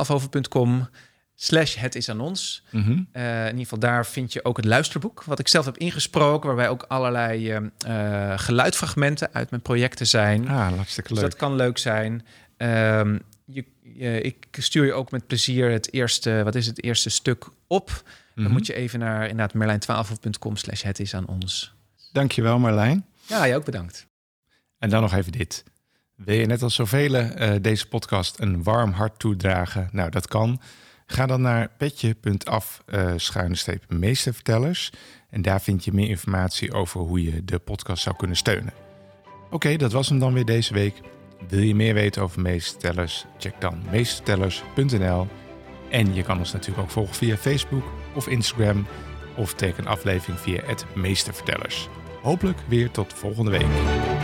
merlijn12hoven.com/het-is-aan-ons. Mm-hmm. In ieder geval daar vind je ook het luisterboek, wat ik zelf heb ingesproken, waarbij ook allerlei geluidfragmenten uit mijn projecten zijn. Hartstikke leuk. Dus dat kan leuk zijn. Ik stuur je ook met plezier het eerste stuk op. Dan moet je even naar inderdaad merlijn12hoven.com/het-is-aan-ons. Dankjewel, Merlijn. Ja, jij ook bedankt. En dan nog even dit. Wil je net als zoveel deze podcast een warm hart toedragen? Nou, dat kan. Ga dan naar petje.af/meestervertellers. En daar vind je meer informatie over hoe je de podcast zou kunnen steunen. Oké, dat was hem dan weer deze week. Wil je meer weten over Meestervertellers? Check dan meestervertellers.nl. En je kan ons natuurlijk ook volgen via Facebook of Instagram. Of teken een aflevering via @meestervertellers. Hopelijk weer tot volgende week.